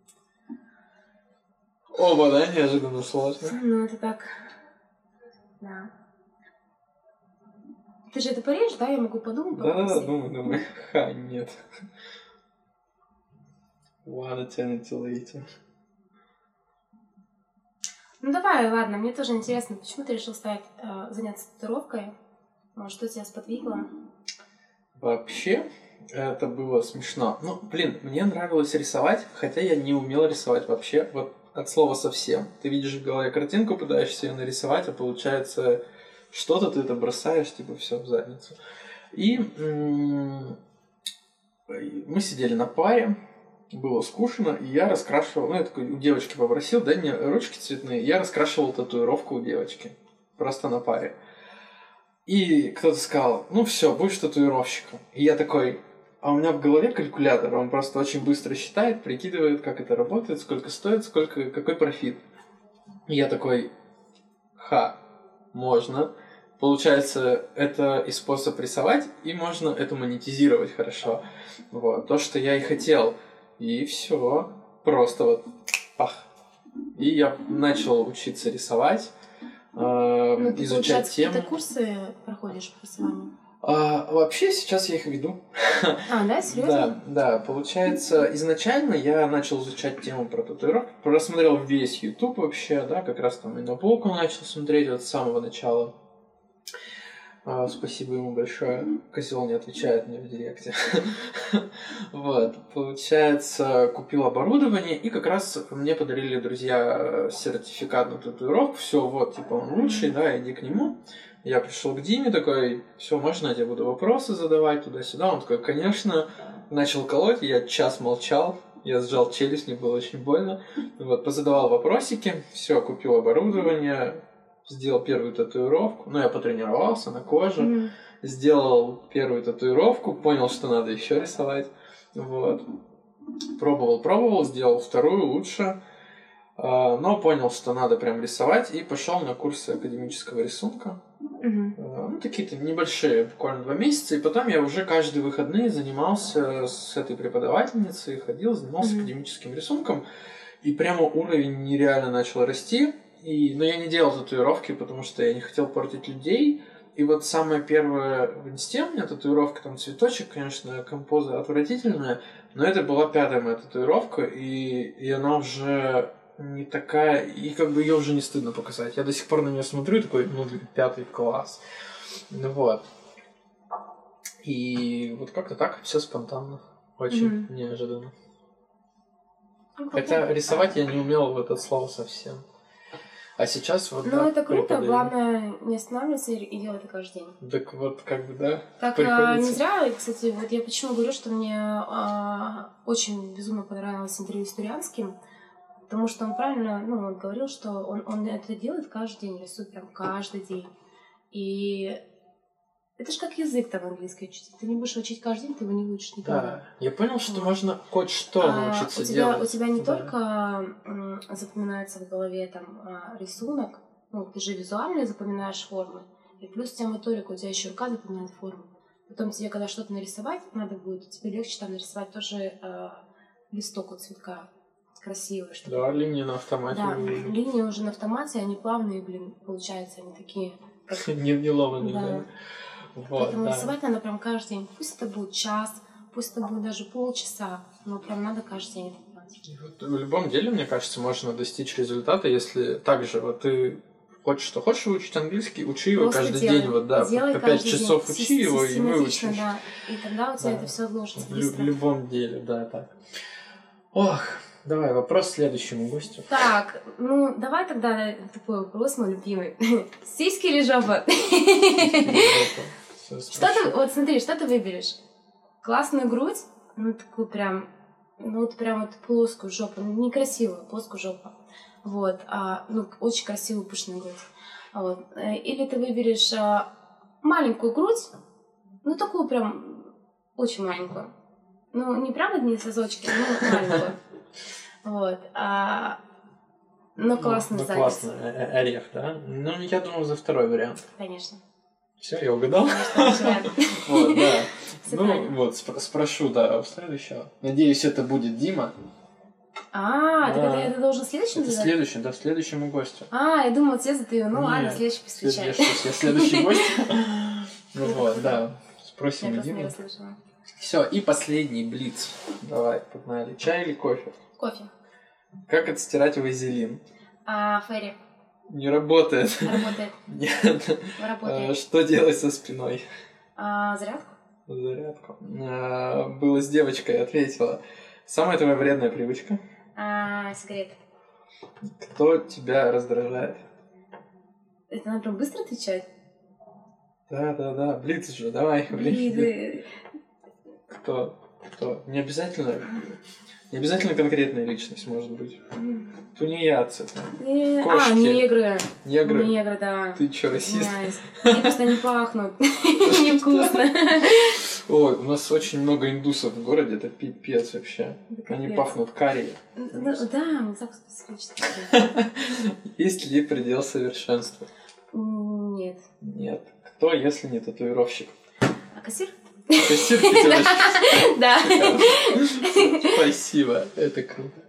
A: Оба, да? Неожиданно сложно.
B: Ну, это так... Да. Ты же это порежешь, да? Я могу подумать?
A: Да-да-да, думай, думай. Ха, нет. Ладно, тянете later.
B: Ну давай, ладно, мне тоже интересно, почему ты решил стать, э, заняться татуировкой? Что тебя сподвигло?
A: Вообще, это было смешно. Ну, блин, мне нравилось рисовать, хотя я не умел рисовать вообще, вот от слова совсем. Ты видишь в голове картинку, пытаешься ее нарисовать, а получается что-то, ты это бросаешь, типа, все в задницу. И м- мы сидели на паре, было скучно, и я раскрашивал, ну, я такой у девочки попросил, дай мне ручки цветные, я раскрашивал татуировку у девочки, просто на паре. И кто-то сказал: ну все, будешь татуировщиком. И я такой, а у меня в голове калькулятор, он просто очень быстро считает, прикидывает, как это работает, сколько стоит, сколько, какой профит. И я такой, ха, можно. Получается, это и способ рисовать, и можно это монетизировать хорошо. Вот, то, что я и хотел. И все, просто вот пах. И я начал учиться рисовать, э,
B: ну, ты,
A: изучать тему.
B: Какие-то курсы проходишь по рисованию?
A: А, вообще сейчас я их веду.
B: А, да, серьезно?
A: Да, да, получается, изначально я начал изучать тему про татуировки, просмотрел весь YouTube вообще, да, как раз там и на полку начал смотреть вот с самого начала. А, спасибо ему большое. Козел не отвечает мне в директе. Вот. Получается, купил оборудование, и как раз мне подарили друзья сертификат на татуировку. Все, вот, типа, он лучший, да, иди к нему. Я пришел к Диме, такой, все, можно я тебе буду вопросы задавать туда-сюда? Он такой, конечно. Начал колоть, я час молчал. Я сжал челюсть, мне было очень больно. Вот, позадавал вопросики, все, купил оборудование, сделал первую татуировку. Ну, я потренировался на коже, mm-hmm. сделал первую татуировку, понял, что надо еще рисовать. Вот. Пробовал, пробовал, сделал вторую лучше, но понял, что надо прям рисовать, и пошел на курсы академического рисунка. Mm-hmm. Ну, такие-то небольшие, буквально два месяца, и потом я уже каждые выходные занимался с этой преподавательницей, ходил, занимался mm-hmm. академическим рисунком, и прямо уровень нереально начал расти. И, но я не делал татуировки, потому что я не хотел портить людей. И вот самая первая в инсте у меня татуировка, там цветочек, конечно, композа отвратительная, но это была пятая моя татуировка, и, и она уже не такая, и как бы ее уже не стыдно показать. Я до сих пор на нее смотрю, такой, ну, пятый класс. Ну вот. И вот как-то так, все спонтанно, очень mm-hmm. неожиданно. Ну, хотя рисовать я не умел в это слово совсем. А сейчас вот,
B: ну,
A: да,
B: это круто,
A: преподаю.
B: Главное не останавливаться и делать это каждый день.
A: Так вот, как бы, да,
B: так, а, не зря, кстати, вот я почему говорю, что мне а, очень безумно понравилось интервью с Турянским, потому что он правильно, ну, он говорил, что он, он это делает каждый день, рисует прям каждый день. И это же как язык там английский учить. Ты не будешь учить каждый день, ты его не выучишь никогда.
A: Да, я понял, что вот. Можно хоть что
B: а,
A: научиться
B: у тебя,
A: делать.
B: У тебя не
A: да.
B: только м, запоминается в голове там рисунок, ну, ты же визуально запоминаешь формы, и плюс у тебя моторика, у тебя еще рука запоминает форму. Потом тебе, когда что-то нарисовать надо будет, тебе легче там нарисовать тоже э, листок у цветка красивый. Чтобы...
A: Да, линии на автомате.
B: Да, линии уже на автомате, они плавные, блин, получаются, они такие...
A: Как... не, не ломаные, да. да. Вот,
B: Поэтому
A: да.
B: рисовать надо прям каждый день. Пусть это будет час, пусть это будет даже полчаса, но прям надо каждый день это делать.
A: Вот в любом деле, мне кажется, можно достичь результата, если так же, вот ты хочешь, что хочешь выучить английский, учи его
B: просто
A: каждый
B: делай.
A: день, вот, да,
B: делай
A: по пять часов
B: день.
A: учи его и выучишь.
B: Да. И тогда у тебя
A: да.
B: это все отложится
A: в,
B: быстро.
A: В любом деле, да, так. Ох, давай, вопрос следующему гостю.
B: Так, ну, давай тогда такой вопрос, мой любимый. Сиськи или жопа? Что ты, вот смотри, что ты выберешь? Классную грудь, ну, такую прям, ну, вот прям вот плоскую жопу, некрасивую, плоскую жопу. Вот, а, ну, очень красивую пышную грудь. Вот. Или ты выберешь а, маленькую грудь, ну, такую прям очень маленькую. Ну, не прям одни сосочки, но маленькую. Вот. А, но классный
A: ну,
B: задница.
A: Классный орех, да? Ну, я думаю, за второй вариант.
B: Конечно.
A: Все, я угадал? Вот, да. Ну, вот, спрошу, да, у следующего. Надеюсь, это будет Дима.
B: А, так это, это должен следующий
A: задать? Следующий, да, следующему гостю.
B: А, я думала, тебе задаю. Ну ладно, следующий посвящай.
A: Я следующий гость. Ну вот, да. Спросим Диму. Все, и последний блиц. Давай, погнали. Чай или кофе?
B: Кофе.
A: Как отстирать вазелин?
B: А, Ферри.
A: Не работает.
B: Работает.
A: Нет.
B: Работает.
A: А, что делать со спиной?
B: А, зарядку.
A: Зарядку. А, было с девочкой, ответила. Самая твоя вредная привычка?
B: А, сигареты.
A: Кто тебя раздражает?
B: Это надо прям быстро отвечать?
A: Да, да, да. Блиц же, давай.
B: Блин.
A: Кто? Кто? Не обязательно... Не обязательно конкретная личность, может быть. Тунеядцы.
B: Не... А, негры.
A: Негры?
B: Негры, да.
A: Ты чё, расист?
B: Они просто не пахнут. Невкусно.
A: Ой, у нас очень много индусов в городе, это пипец вообще. Они пахнут карри.
B: Да, запах специфический.
A: Есть ли предел совершенства?
B: Нет.
A: Нет. Кто, если не татуировщик?
B: А кассир?
A: Кассир пятерочки.
B: Да.
A: Спасибо, это круто.